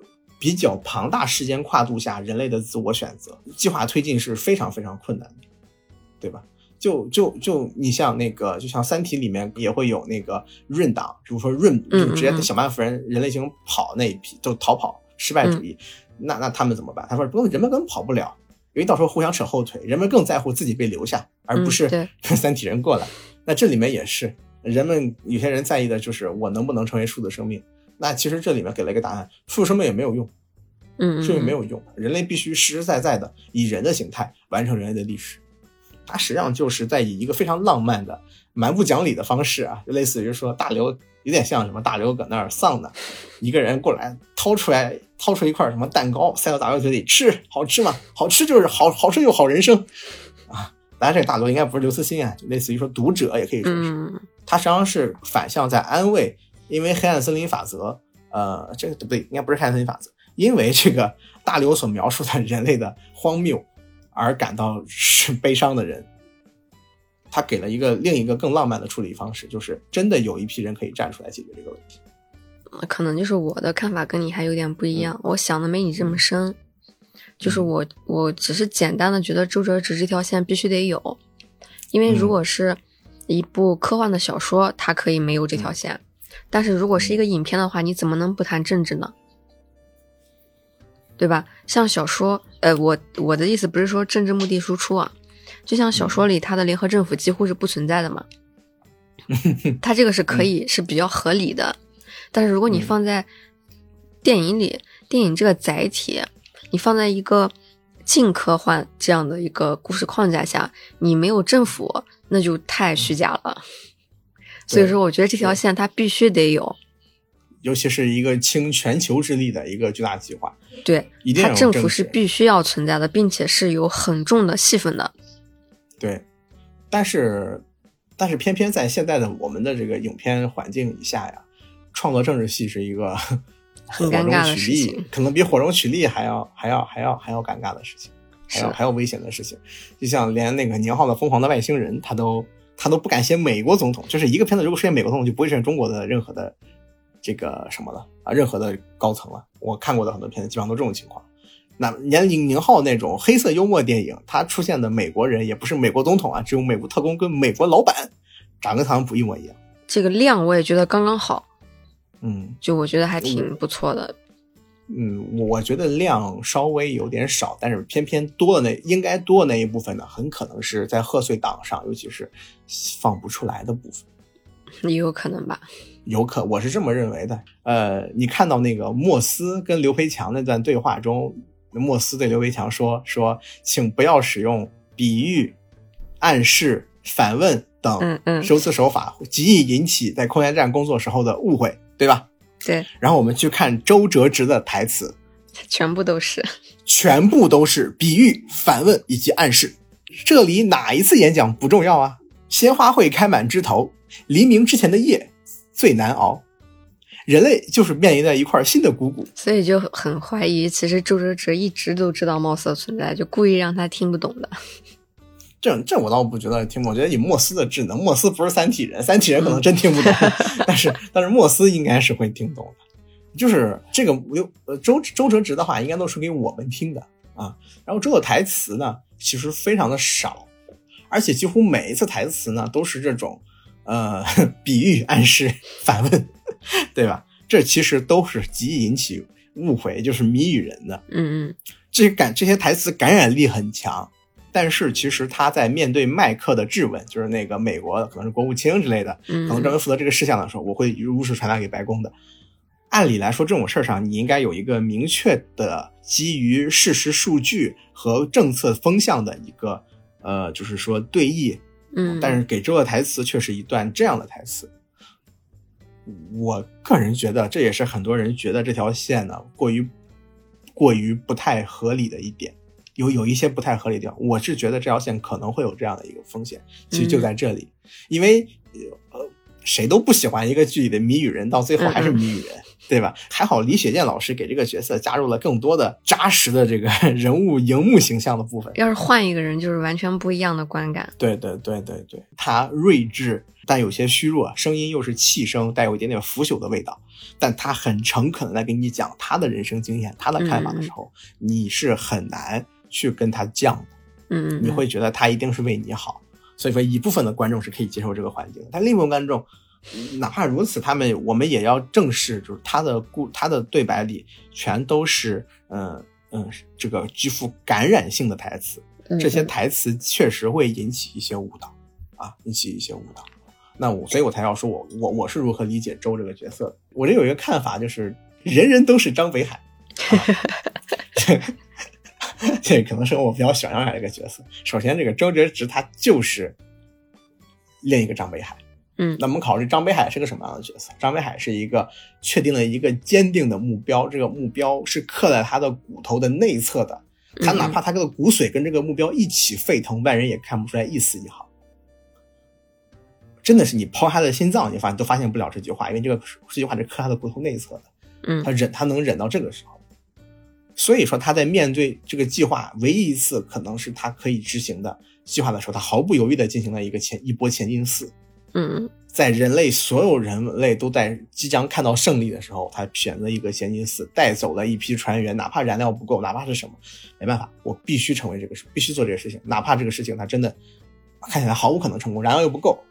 比较庞大时间跨度下人类的自我选择，计划推进是非常非常困难的，对吧？就就就你像那个，就像《三体》里面也会有那个润党，比如说润就直接想办法人人类进行跑那一批，就逃跑失败主义，嗯、那那他们怎么办？他说不用，人们根本跑不了，因为到时候互相扯后腿，人们更在乎自己被留下，而不是三体人过来。嗯、那这里面也是人们有些人在意的就是我能不能成为数字生命。那其实这里面给了一个答案，数字生命也没有用， 嗯， 生命没有用，人类必须实实在在的以人的形态完成人类的历史。它实际上就是在以一个非常浪漫的蛮不讲理的方式啊，就类似于说大刘有点像什么，大刘搁那儿丧的，一个人过来掏出来掏出一块什么蛋糕塞到大刘嘴里，吃好吃吗？好吃就是好好吃就好人生啊！当然这个大刘应该不是刘慈欣啊，就类似于说读者也可以说是，他实际上是反向在安慰，因为黑暗森林法则，呃，这个对不对？应该不是黑暗森林法则，因为这个大刘所描述的人类的荒谬而感到是悲伤的人，他给了一个另一个更浪漫的处理方式，就是真的有一批人可以站出来解决这个问题。 可能就是我的看法跟你还有点不一样，嗯、我想的没你这么深，嗯、就是我我只是简单的觉得周折直这条线必须得有，因为如果是一部科幻的小说，它可以没有这条线，嗯、但是如果是一个影片的话，你怎么能不谈政治呢？对吧？像小说，呃，我我的意思不是说政治目的输出啊，就像小说里它的联合政府几乎是不存在的嘛，它这个是可以是比较合理的，但是如果你放在电影里，电影这个载体，你放在一个近科幻这样的一个故事框架下，你没有政府，那就太虚假了。所以说，我觉得这条线它必须得有。 尤其是一个倾全球之力的一个巨大计划， 对， 一定要它政府是必须要存在的，并且是有很重的戏份的。 对，但是但是偏偏在现在的我们的这个影片环境以下呀，创作政治戏是一个很尴尬的事情， 可能比火中取栗还要还要还要还要尴尬的事情，还要还要危险的事情。就像连那个宁浩的《疯狂的外星人》，他都他都不敢写美国总统，就是一个片子如果出现美国总统，就不会出现中国的任何的。这个什么了啊？任何的高层了，我看过的很多片子基本上都这种情况。那连宁宁浩那种黑色幽默电影，他出现的美国人也不是美国总统啊，只有美国特工跟美国老板，长跟特朗普一模一样。 这个量我也觉得刚刚好， 嗯， 就我觉得还挺不错的。 嗯，我觉得量稍微有点少，但是偏偏多的那应该多的那一部分呢，很可能是在贺岁档上，尤其是放不出来的部分。 也有可能吧。 有可，我是这么认为的。呃，你看到那个莫斯跟刘培强那段对话中，莫斯对刘培强说说，请不要使用比喻、暗示、反问等修辞手法，嗯嗯、极易引起在空间站工作时候的误会，对吧？ 对。 然后我们去看周哲直的台词， 全部都是， 全部都是比喻、反问以及暗示。这里哪一次演讲不重要啊？鲜花会开满枝头，黎明之前的夜最难熬，人类就是面临着一块新的谷谷， 所以就很怀疑，其实周哲直一直都知道莫斯的存在，就故意让他听不懂的。 这这我倒不觉得听不懂，我觉得以莫斯的智能，莫斯不是三体人，三体人可能真听不懂，嗯、但是但是莫斯应该是会听懂的。就是这个刘呃周周哲直的话，应该都是给我们听的啊。然后周的台词呢，其实非常的少，而且几乎每一次台词呢都是这种。呃，比喻、暗示、反问，对吧？这其实都是极易引起误会，就是谜语人的。 嗯嗯， 这感这些台词感染力很强，但是其实他在面对麦克的质问，就是那个美国的可能是国务卿之类的， 嗯、 可能专门负责这个事项的时候，我会如实传达给白宫的。按理来说，这种事上你应该有一个明确的基于事实数据和政策风向的一个呃，就是说对弈。 嗯， 但是给周的台词却是一段这样的台词。我个人觉得，这也是很多人觉得这条线呢过于过于不太合理的一点，有有一些不太合理的地方。我是觉得这条线可能会有这样的一个风险，其实就在这里，嗯、因为呃谁都不喜欢一个剧里的谜语人到最后还是谜语人， 嗯、 对吧？还好李雪健老师给这个角色加入了更多的扎实的这个人物荧幕形象的部分。 要是换一个人，就是完全不一样的观感。 对对对对对，他睿智但有些虚弱，声音又是气声，带有一点点腐朽的味道，但他很诚恳的来跟你讲他的人生经验，他的看法的时候，嗯、你是很难去跟他犟的。 嗯, 嗯， 你会觉得他一定是为你好。所以说一部分的观众是可以接受这个环境的，但另一部分观众哪怕如此，他们我们也要正视，就是他的故他的对白里全都是嗯嗯这个具富感染性的台词，这些台词确实会引起一些误导啊，引起一些误导。那我所以我才要说我我我是如何理解周这个角色的。我这有一个看法，就是人人都是张北海。啊这可能是我比较喜欢张北海这个角色。首先这个周哲直他就是另一个张北海。 嗯， 那我们考虑张北海是个什么样的角色？张北海是一个确定了一个坚定的目标，这个目标是刻在他的骨头的内侧的，他哪怕他这个骨髓跟这个目标一起沸腾，外人也看不出来一丝一毫。真的是你抛他的心脏，你发现都发现不了这句话，因为这个这句话是刻他的骨头内侧的。 嗯， 他忍，他能忍到这个时候。所以说他在面对这个计划唯一一次可能是他可以执行的计划的时候，他毫不犹豫地进行了一个前一波前进四。 嗯， 在人类所有人类都在即将看到胜利的时候，他选择一个前进四，带走了一批船员，哪怕燃料不够，哪怕是什么，没办法，我必须成为这个事，必须做这个事情，哪怕这个事情他真的看起来毫无可能成功，燃料又不够，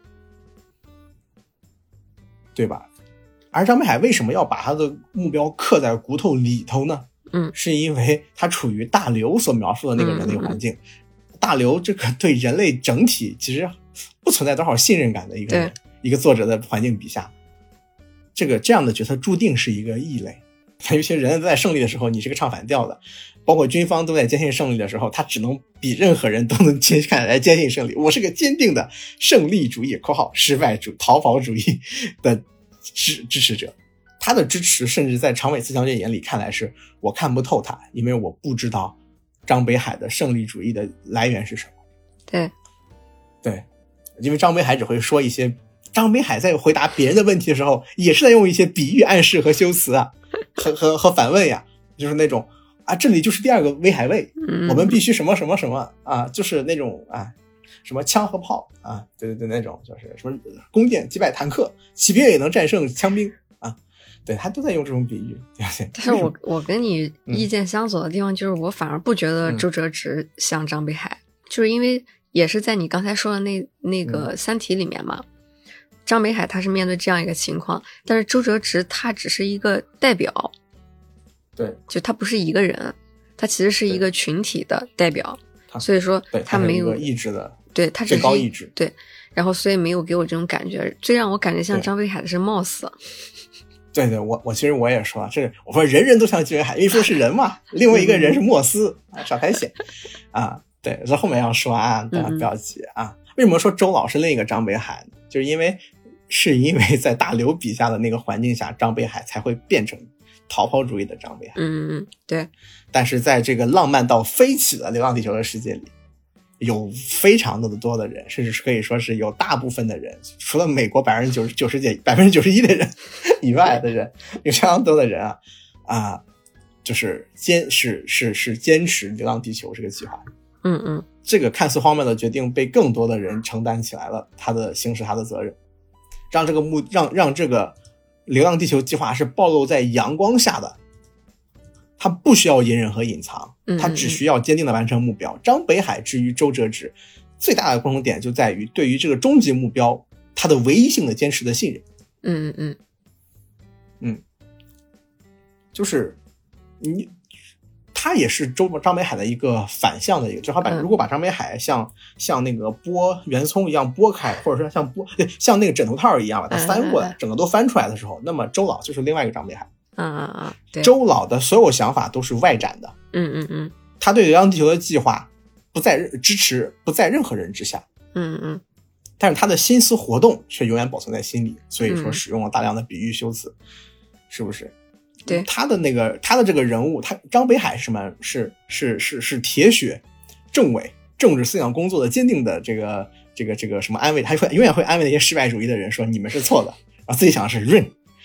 对吧？而张北海为什么要把他的目标刻在骨头里头呢？ 嗯， 是因为他处于大刘所描述的那个人类环境。嗯嗯嗯，大刘这个对人类整体其实不存在多少信任感的一个人，一个作者的环境笔下，这个这样的角色注定是一个异类。有些人在胜利的时候，你是个唱反调的，包括军方都在坚信胜利的时候，他只能比任何人都能看来坚信胜利。我是个坚定的胜利主义（括号失败主逃跑主义）的支支持者。他的支持甚至在长尾四小姐眼里看来是我看不透他，因为我不知道张北海的胜利主义的来源是什么。 对对，因为张北海只会说一些，张北海在回答别人的问题的时候也是在用一些比喻暗示和修辞啊，和和和反问呀，就是那种啊这里就是第二个威海卫，我们必须什么什么什么啊，就是那种啊什么枪和炮啊，对对对，那种就是什么弓箭击败坦克，骑兵也能战胜枪兵。对，他都在用这种比喻。 但是我我跟你意见相左的地方就是，我反而不觉得周哲直像张北海，嗯、就是因为也是在你刚才说的那那个《三体》里面嘛，嗯、张北海他是面对这样一个情况，但是周哲直他只是一个代表， 对， 就他不是一个人，他其实是一个群体的代表，所以说他没有意志的， 对他只是最高意志， 对，然后所以没有给我这种感觉，最让我感觉像张北海的是貌似。 对对，我我其实我也说，这我说人人都像金北海，因为说是人嘛，另外一个人是莫斯啊，少开显啊，对，这后面要说啊，大家不要急啊。为什么说周老是另一个张北海呢？就是因为是因为在大刘笔下的那个环境下，张北海才会变成逃跑主义的张北海。 嗯嗯，对。 但是在这个浪漫到飞起的《流浪地球》的世界里，有非常的多的人，甚至是可以说是有大部分的人，除了美国百分之九十九十几百分之九十一的人以外的人，有相当多的人啊啊，就是坚是是是坚持《流浪地球》这个计划。 嗯嗯， 这个看似荒谬的决定被更多的人承担起来了，他的行使他的责任，让这个目让让这个《流浪地球》计划是暴露在阳光下的。他不需要隐忍和隐藏，他只需要坚定的完成目标。嗯嗯嗯，张北海至于周哲直，最大的共同点就在于对于这个终极目标，他的唯一性的坚持的信任。 嗯嗯嗯嗯，就是你，他也是周张北海的一个反向的一个，就好把如果把张北海像、嗯、像那个剥圆葱一样剥开，或者说像剥对像那个枕头套一样把它翻过来，嗯嗯嗯，整个都翻出来的时候，那么周老就是另外一个张北海。 嗯嗯嗯，对， 周老的所有想法都是外展的。 嗯嗯嗯， 他对流浪地球的计划不在支持，不在任何人之下。 嗯嗯， 但是他的心思活动却永远保存在心里，所以说使用了大量的比喻修辞，嗯、是不是？ 对， 他的那个他的这个人物，他张北海是什么？是是是是铁血政委、政治思想工作的坚定的这个这个这个什么安慰，他会永远会安慰那些失败主义的人说你们是错的，然后自己想的是润。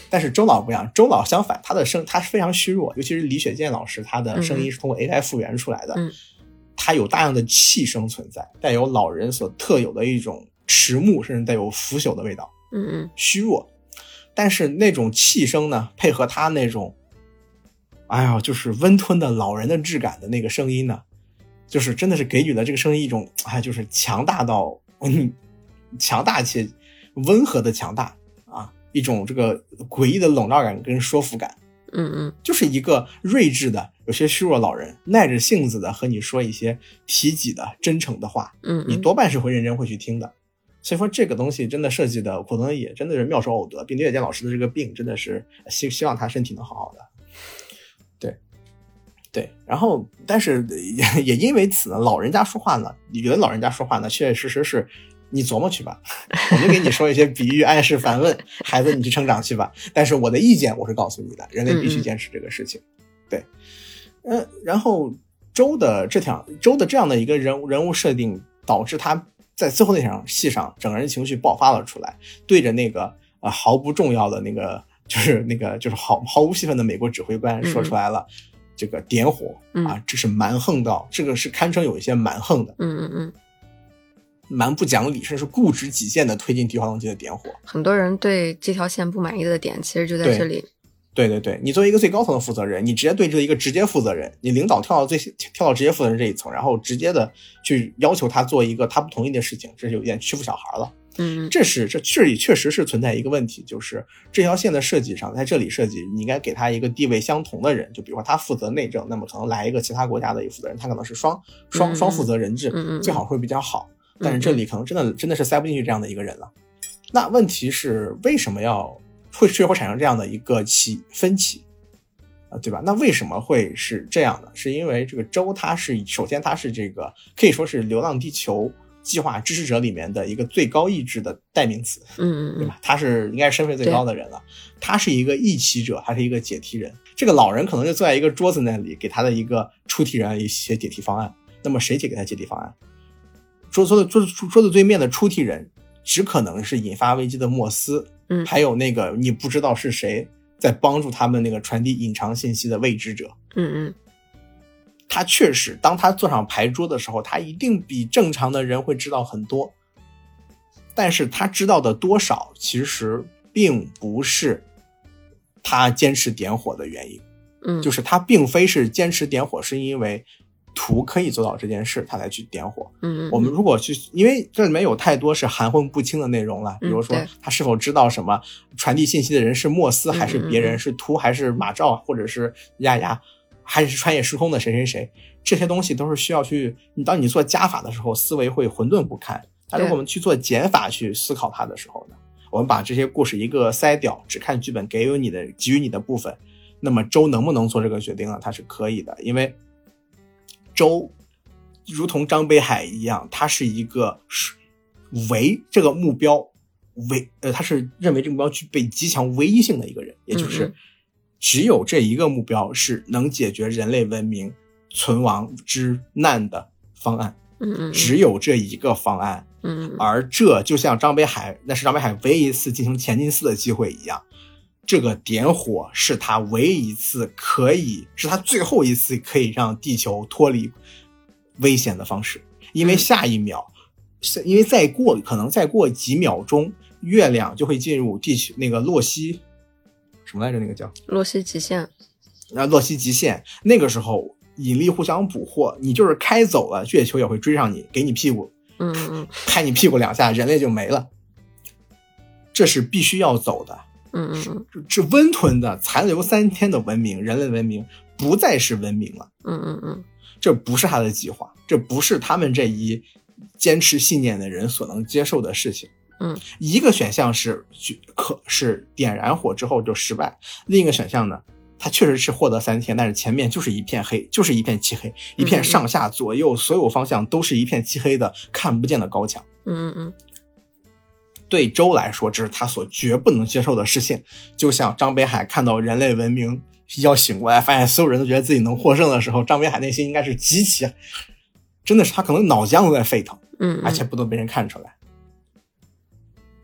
但是周老不一样，周老相反，他的声他是非常虚弱，尤其是李雪健老师，他的声音是通过 A I 复原出来的， 嗯， 他有大量的气声存在，带有老人所特有的一种迟暮甚至带有腐朽的味道， 嗯嗯， 虚弱。但是那种气声呢，配合他那种哎呀就是温吞的老人的质感的那个声音呢，就是真的是给予了这个声音一种哎就是强大到嗯强大且温和的强大啊，一种这个诡异的笼罩感跟说服感。 嗯嗯， 就是一个睿智的有些虚弱老人耐着性子的和你说一些体己的真诚的话， 嗯， 你多半是会认真会去听的。所以说这个东西真的设计的可能也真的是妙手偶得，并李雪健老师的这个病真的是希希望他身体能好好的。对对，然后但是也也因为此呢，老人家说话呢，有的老人家说话呢确确实实是你琢磨去吧，我就给你说一些比喻暗示反问，孩子你去成长去吧，但是我的意见我是告诉你的，人类必须坚持这个事情。嗯、对呃，然后周的这条周的这样的一个人物人物设定导致他在最后那场戏上整个人情绪爆发了出来，对着那个呃毫不重要的那个就是那个就是毫毫无戏份的美国指挥官说出来了、嗯、这个点火啊，这是蛮横到这个是堪称有一些蛮横的， 嗯嗯嗯， 蛮不讲理甚至是固执己见的推进地滑动机的点火。 很多人对这条线不满意的点其实就在这里。 对对对，你作为一个最高层的负责人，你直接对这一个直接负责人，你领导跳到最跳到直接负责人这一层，然后直接的去要求他做一个他不同意的事情，这是有点欺负小孩了。 嗯， 这是这这里确实是存在一个问题，就是这条线的设计上，在这里设计你应该给他一个地位相同的人，就比如说他负责内政，那么可能来一个其他国家的一个负责人，他可能是双双双负责人制，最好会比较好。但是这里可能真的真的是塞不进去这样的一个人了。那问题是为什么要会确会产生这样的一个起分歧？啊，对吧？那为什么会是这样的？是因为这个周他是首先他是这个可以说是流浪地球计划支持者里面的一个最高意志的代名词， 嗯嗯， 对吧？他是应该是身份最高的人了，他是一个议题者，他是一个解题人。这个老人可能就坐在一个桌子那里，给他的一个出题人一些解题方案。那么谁解给他解题方案？桌子桌子桌子对面的出题人只可能是引发危机的莫斯， 嗯， 还有那个你不知道是谁在帮助他们那个传递隐藏信息的未知者。 嗯嗯， 他确实当他坐上牌桌的时候，他一定比正常的人会知道很多，但是他知道的多少其实并不是他坚持点火的原因。 嗯， 就是他并非是坚持点火是因为图可以做到这件事他才去点火。 嗯， 我们如果去，因为这里面有太多是含混不清的内容了，比如说他是否知道什么传递信息的人是莫斯还是别人，是图还是马照或者是丫丫还是穿越时空的谁谁谁，这些东西都是需要去，你当你做加法的时候思维会混沌不堪。但如果我们去做减法去思考它的时候呢，我们把这些故事一个筛掉，只看剧本给予你的给予你的部分，那么周能不能做这个决定呢？他是可以的，因为周如同张北海一样，他是一个为这个目标为呃，他是认为这个目标具备极强唯一性的一个人，也就是只有这一个目标是能解决人类文明存亡之难的方案， 嗯， 只有这一个方案， 嗯， 而这就像张北海那是张北海唯一一次进行前进四的机会一样，这个点火是他唯一一次可以是他最后一次可以让地球脱离危险的方式。因为下一秒、嗯、因为再过可能再过几秒钟月亮就会进入地球那个洛希什么来着那个叫洛希极限啊，洛希极限，那个时候引力互相捕获，你就是开走了月球也会追上你，给你屁股嗯嗯拍你屁股两下，人类就没了，这是必须要走的。 嗯嗯嗯，是温吞的残留三天的文明，人类文明不再是文明了。 嗯嗯嗯， 这不是他的计划，这不是他们这一坚持信念的人所能接受的事情。 嗯，一个选项是可是点燃火之后就失败，另一个选项呢，他确实是获得三天，但是前面就是一片黑，就是一片漆黑，一片上下左右所有方向都是一片漆黑的看不见的高墙。 嗯嗯， 对周来说这是他所绝不能接受的事情，就像张北海看到人类文明要醒过来，发现所有人都觉得自己能获胜的时候，张北海内心应该是极其真的是他可能脑浆都在沸腾， 嗯， 而且不能被人看出来。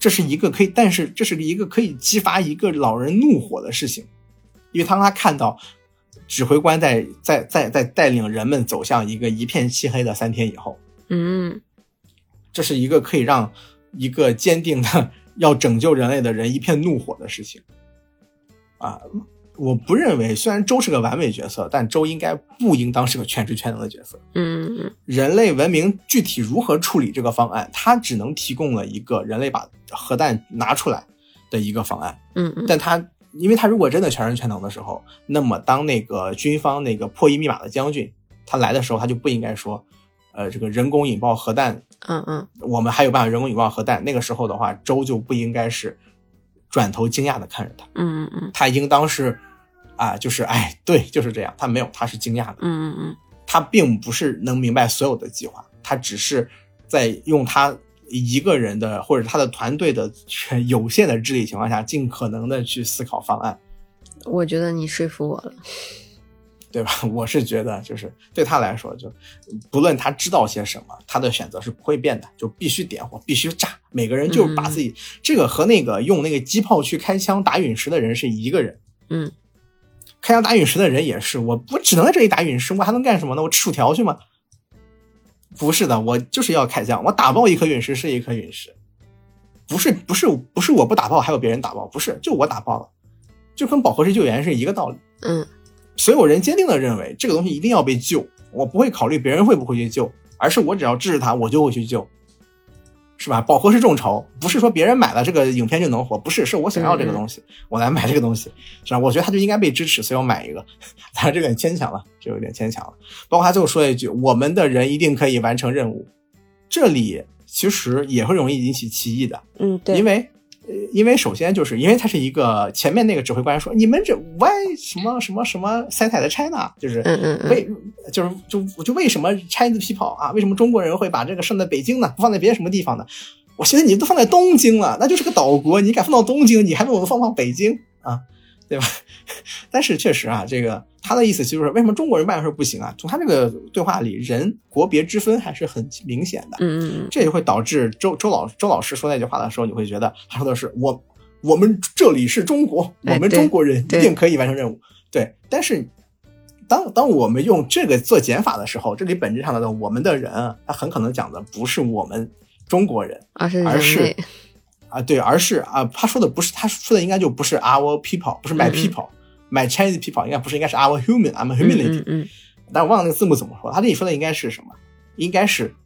这是一个可以，但是这是一个可以激发一个老人怒火的事情，因为当他看到指挥官在在在在带领人们走向一个一片漆黑的三天以后， 嗯， 这是一个可以让一个坚定的要拯救人类的人一片怒火的事情啊！我不认为，虽然周是个完美角色，但周应该不应当是个全知全能的角色。 嗯， 人类文明具体如何处理这个方案，他只能提供了一个人类把核弹拿出来的一个方案。 嗯， 但他因为他如果真的全知全能的时候，那么当那个军方那个破译密码的将军他来的时候，他就不应该说，呃，这个人工引爆核弹， 嗯嗯， 我们还有办法人工引爆核弹。那个时候的话，周就不应该是转头惊讶的看着他， 嗯嗯， 他应当是啊，就是哎，对，就是这样。他没有，他是惊讶的， 嗯嗯嗯， 他并不是能明白所有的计划，他只是在用他一个人的或者他的团队的有限的智力情况下，尽可能的去思考方案。 我觉得你说服我了， 对吧？我是觉得，就是对他来说，就不论他知道些什么，他的选择是不会变的，就必须点火，必须炸。每个人就是把自己、嗯、这个和那个用那个机炮去开枪打陨石的人是一个人。 嗯， 开枪打陨石的人也是，我我只能在这里打陨石，我还能干什么呢？我吃薯条去吗？不是的，我就是要开枪，我打爆一颗陨石是一颗陨石，不是不是不是我不打爆还有别人打爆，不是，就我打爆了，就跟饱和式救援是一个道理。 嗯， 所有人坚定的认为这个东西一定要被救，我不会考虑别人会不会去救，而是我只要支持他，我就会去救，是吧？饱和式众筹不是说别人买了这个影片就能火，不是，是我想要这个东西，嗯、我来买这个东西，是吧？我觉得他就应该被支持，所以我买一个。当然这个有点牵强了，这有点牵强了。包括他最后说了一句：“我们的人一定可以完成任务。”这里其实也会容易引起歧义的， 嗯，对， 因为。因为首先就是因为他是一个前面那个指挥官说你们这 why 什么什么什么 side的 China 就是为就是就就为什么 Chinese people 啊，为什么中国人会把这个放在北京呢，不放在别的什么地方呢？我现在你都放在东京了，那就是个岛国，你敢放到东京，你还问我们放不放北京啊，对吧？但是确实啊，这个他的意思就是为什么中国人办事不行啊？从他这个对话里，人国别之分还是很明显的。 嗯， 这就会导致周周老周老师说那句话的时候，你会觉得他说的是我我们这里是中国，我们中国人一定可以完成任务。对，对，但是当当我们用这个做减法的时候，这里本质上的我们的人，他很可能讲的不是我们中国人， 而是而是啊，对，而是啊，他说的不是，他说的应该就不是 our people， 不是 my people。My Chinese people 应该不是，应该是 our human, I'm a humanity。 嗯嗯。 但我忘了那个字幕怎么说。他这里说的应该是什么？应该是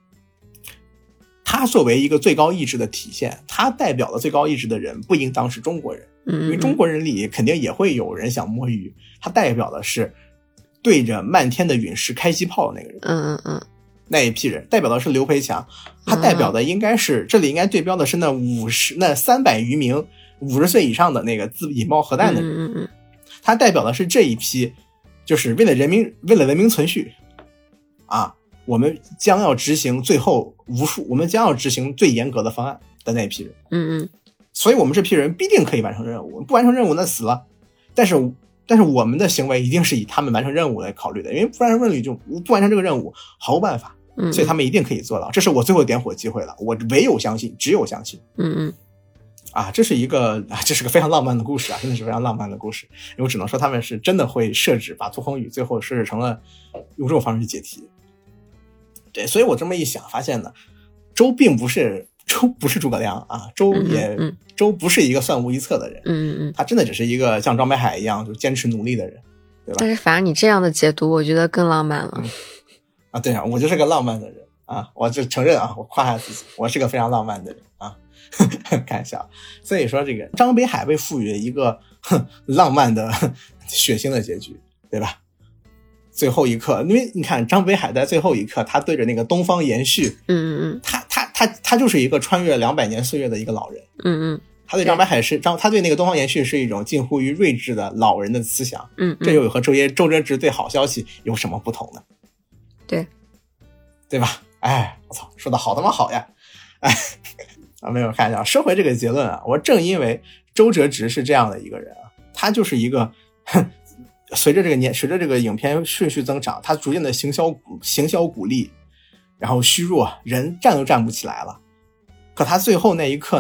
他作为一个最高意志的体现，他代表了最高意志的人不应当是中国人， 嗯， 因为中国人里肯定也会有人想摸鱼。他代表的是对着漫天的陨石开机炮的那个人。 嗯嗯嗯。 那一批人代表的是刘培强，他代表的应该是、嗯、这里应该对标的是那五十那三百余名五十岁以上的那个自引爆核弹的人。 嗯嗯嗯。 他代表的是这一批，就是为了人民，为了文明存续，啊，我们将要执行最后无数，我们将要执行最严格的方案的那一批人。 嗯嗯。 所以我们这批人必定可以完成任务，不完成任务那死了。但是，但是我们的行为一定是以他们完成任务来考虑的，因为不完成任务就不完成这个任务毫无办法。 嗯。 所以他们一定可以做到，这是我最后点火机会了，我唯有相信，只有相信。 嗯嗯。 啊，这是一个啊，这是个非常浪漫的故事啊，真的是非常浪漫的故事。我只能说他们是真的会设置，把涂恒宇最后设置成了用这种方式解题。对，所以我这么一想，发现呢，周并不是周不是诸葛亮啊，周也、 嗯嗯、 周不是一个算无一策的人， 嗯嗯， 他真的只是一个像张北海一样就坚持努力的人，对吧？ 但是反而你这样的解读，我觉得更浪漫了。 嗯、啊，对啊，我就是个浪漫的人啊，我就承认啊，我夸下自己，我是个非常浪漫的人啊。开玩笑，所以说这个张北海被赋予一个哼浪漫的血腥的结局，对吧？最后一刻，因为你看张北海在最后一刻，他对着那个东方延续， 嗯嗯嗯， 他他他他就是一个穿越两百年岁月的一个老人， 嗯嗯， 他对张北海是张，他对那个东方延续是一种近乎于睿智的老人的思想， 嗯， 这又和周爷周哲直对好消息有什么不同呢？ 对， 对吧？哎，我操，说的好他妈好呀，哎。啊，没有看一下，说回这个结论啊，我正因为周哲直是这样的一个人啊，他就是一个随着这个年随着这个影片顺序增长，他逐渐的行销行销鼓励，然后虚弱，人站都站不起来了。可他最后那一刻呢，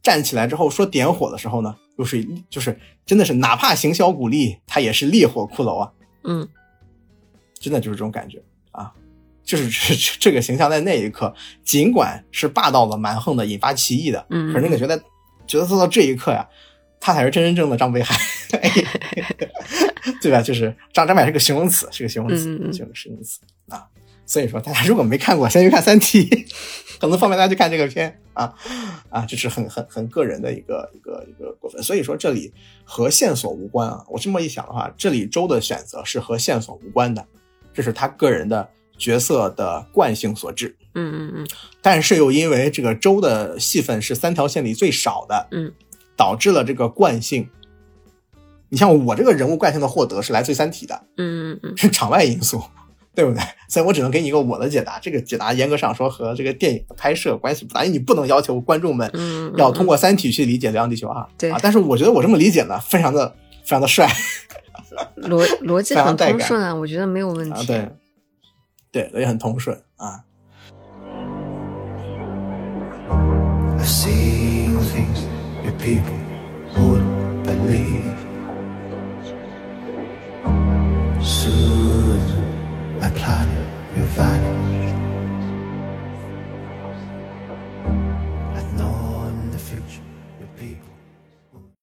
站起来之后说点火的时候呢，又是就是真的是哪怕行销鼓励，他也是烈火骷髅啊。 嗯， 真的就是这种感觉啊，就是这这个形象在那一刻，尽管是霸道的、蛮横的、引发歧义的， 嗯， 可是那个觉得觉得做到这一刻呀，他才是真真正的张北海，对吧？就是张张北海是个形容词，是个形容词， 嗯、 是个形容词啊。所以说，大家如果没看过，先去看《三体》，可能方便大家去看这个片啊啊，这是很很很个人的一个一个一个过分。所以说，这里和线索无关啊。我这么一想的话，这里周的选择是和线索无关的，这是他个人的角色的惯性所致。 嗯嗯嗯。 但是又因为这个周的戏份是三条线里最少的， 嗯， 导致了这个惯性。你像我这个人物惯性的获得是来自于《三体》的， 嗯嗯嗯， 是场外因素。对不对？所以我只能给你一个我的解答，这个解答严格上说和这个电影的拍摄关系不大，因为你不能要求观众们要通过三体去理解《流浪地球》啊。 对啊，但是我觉得我这么理解呢，非常的非常的帅， 逻逻辑很通顺啊，我觉得没有问题。 啊、对，对，也很通顺啊。I've seen things that people wouldn't believe.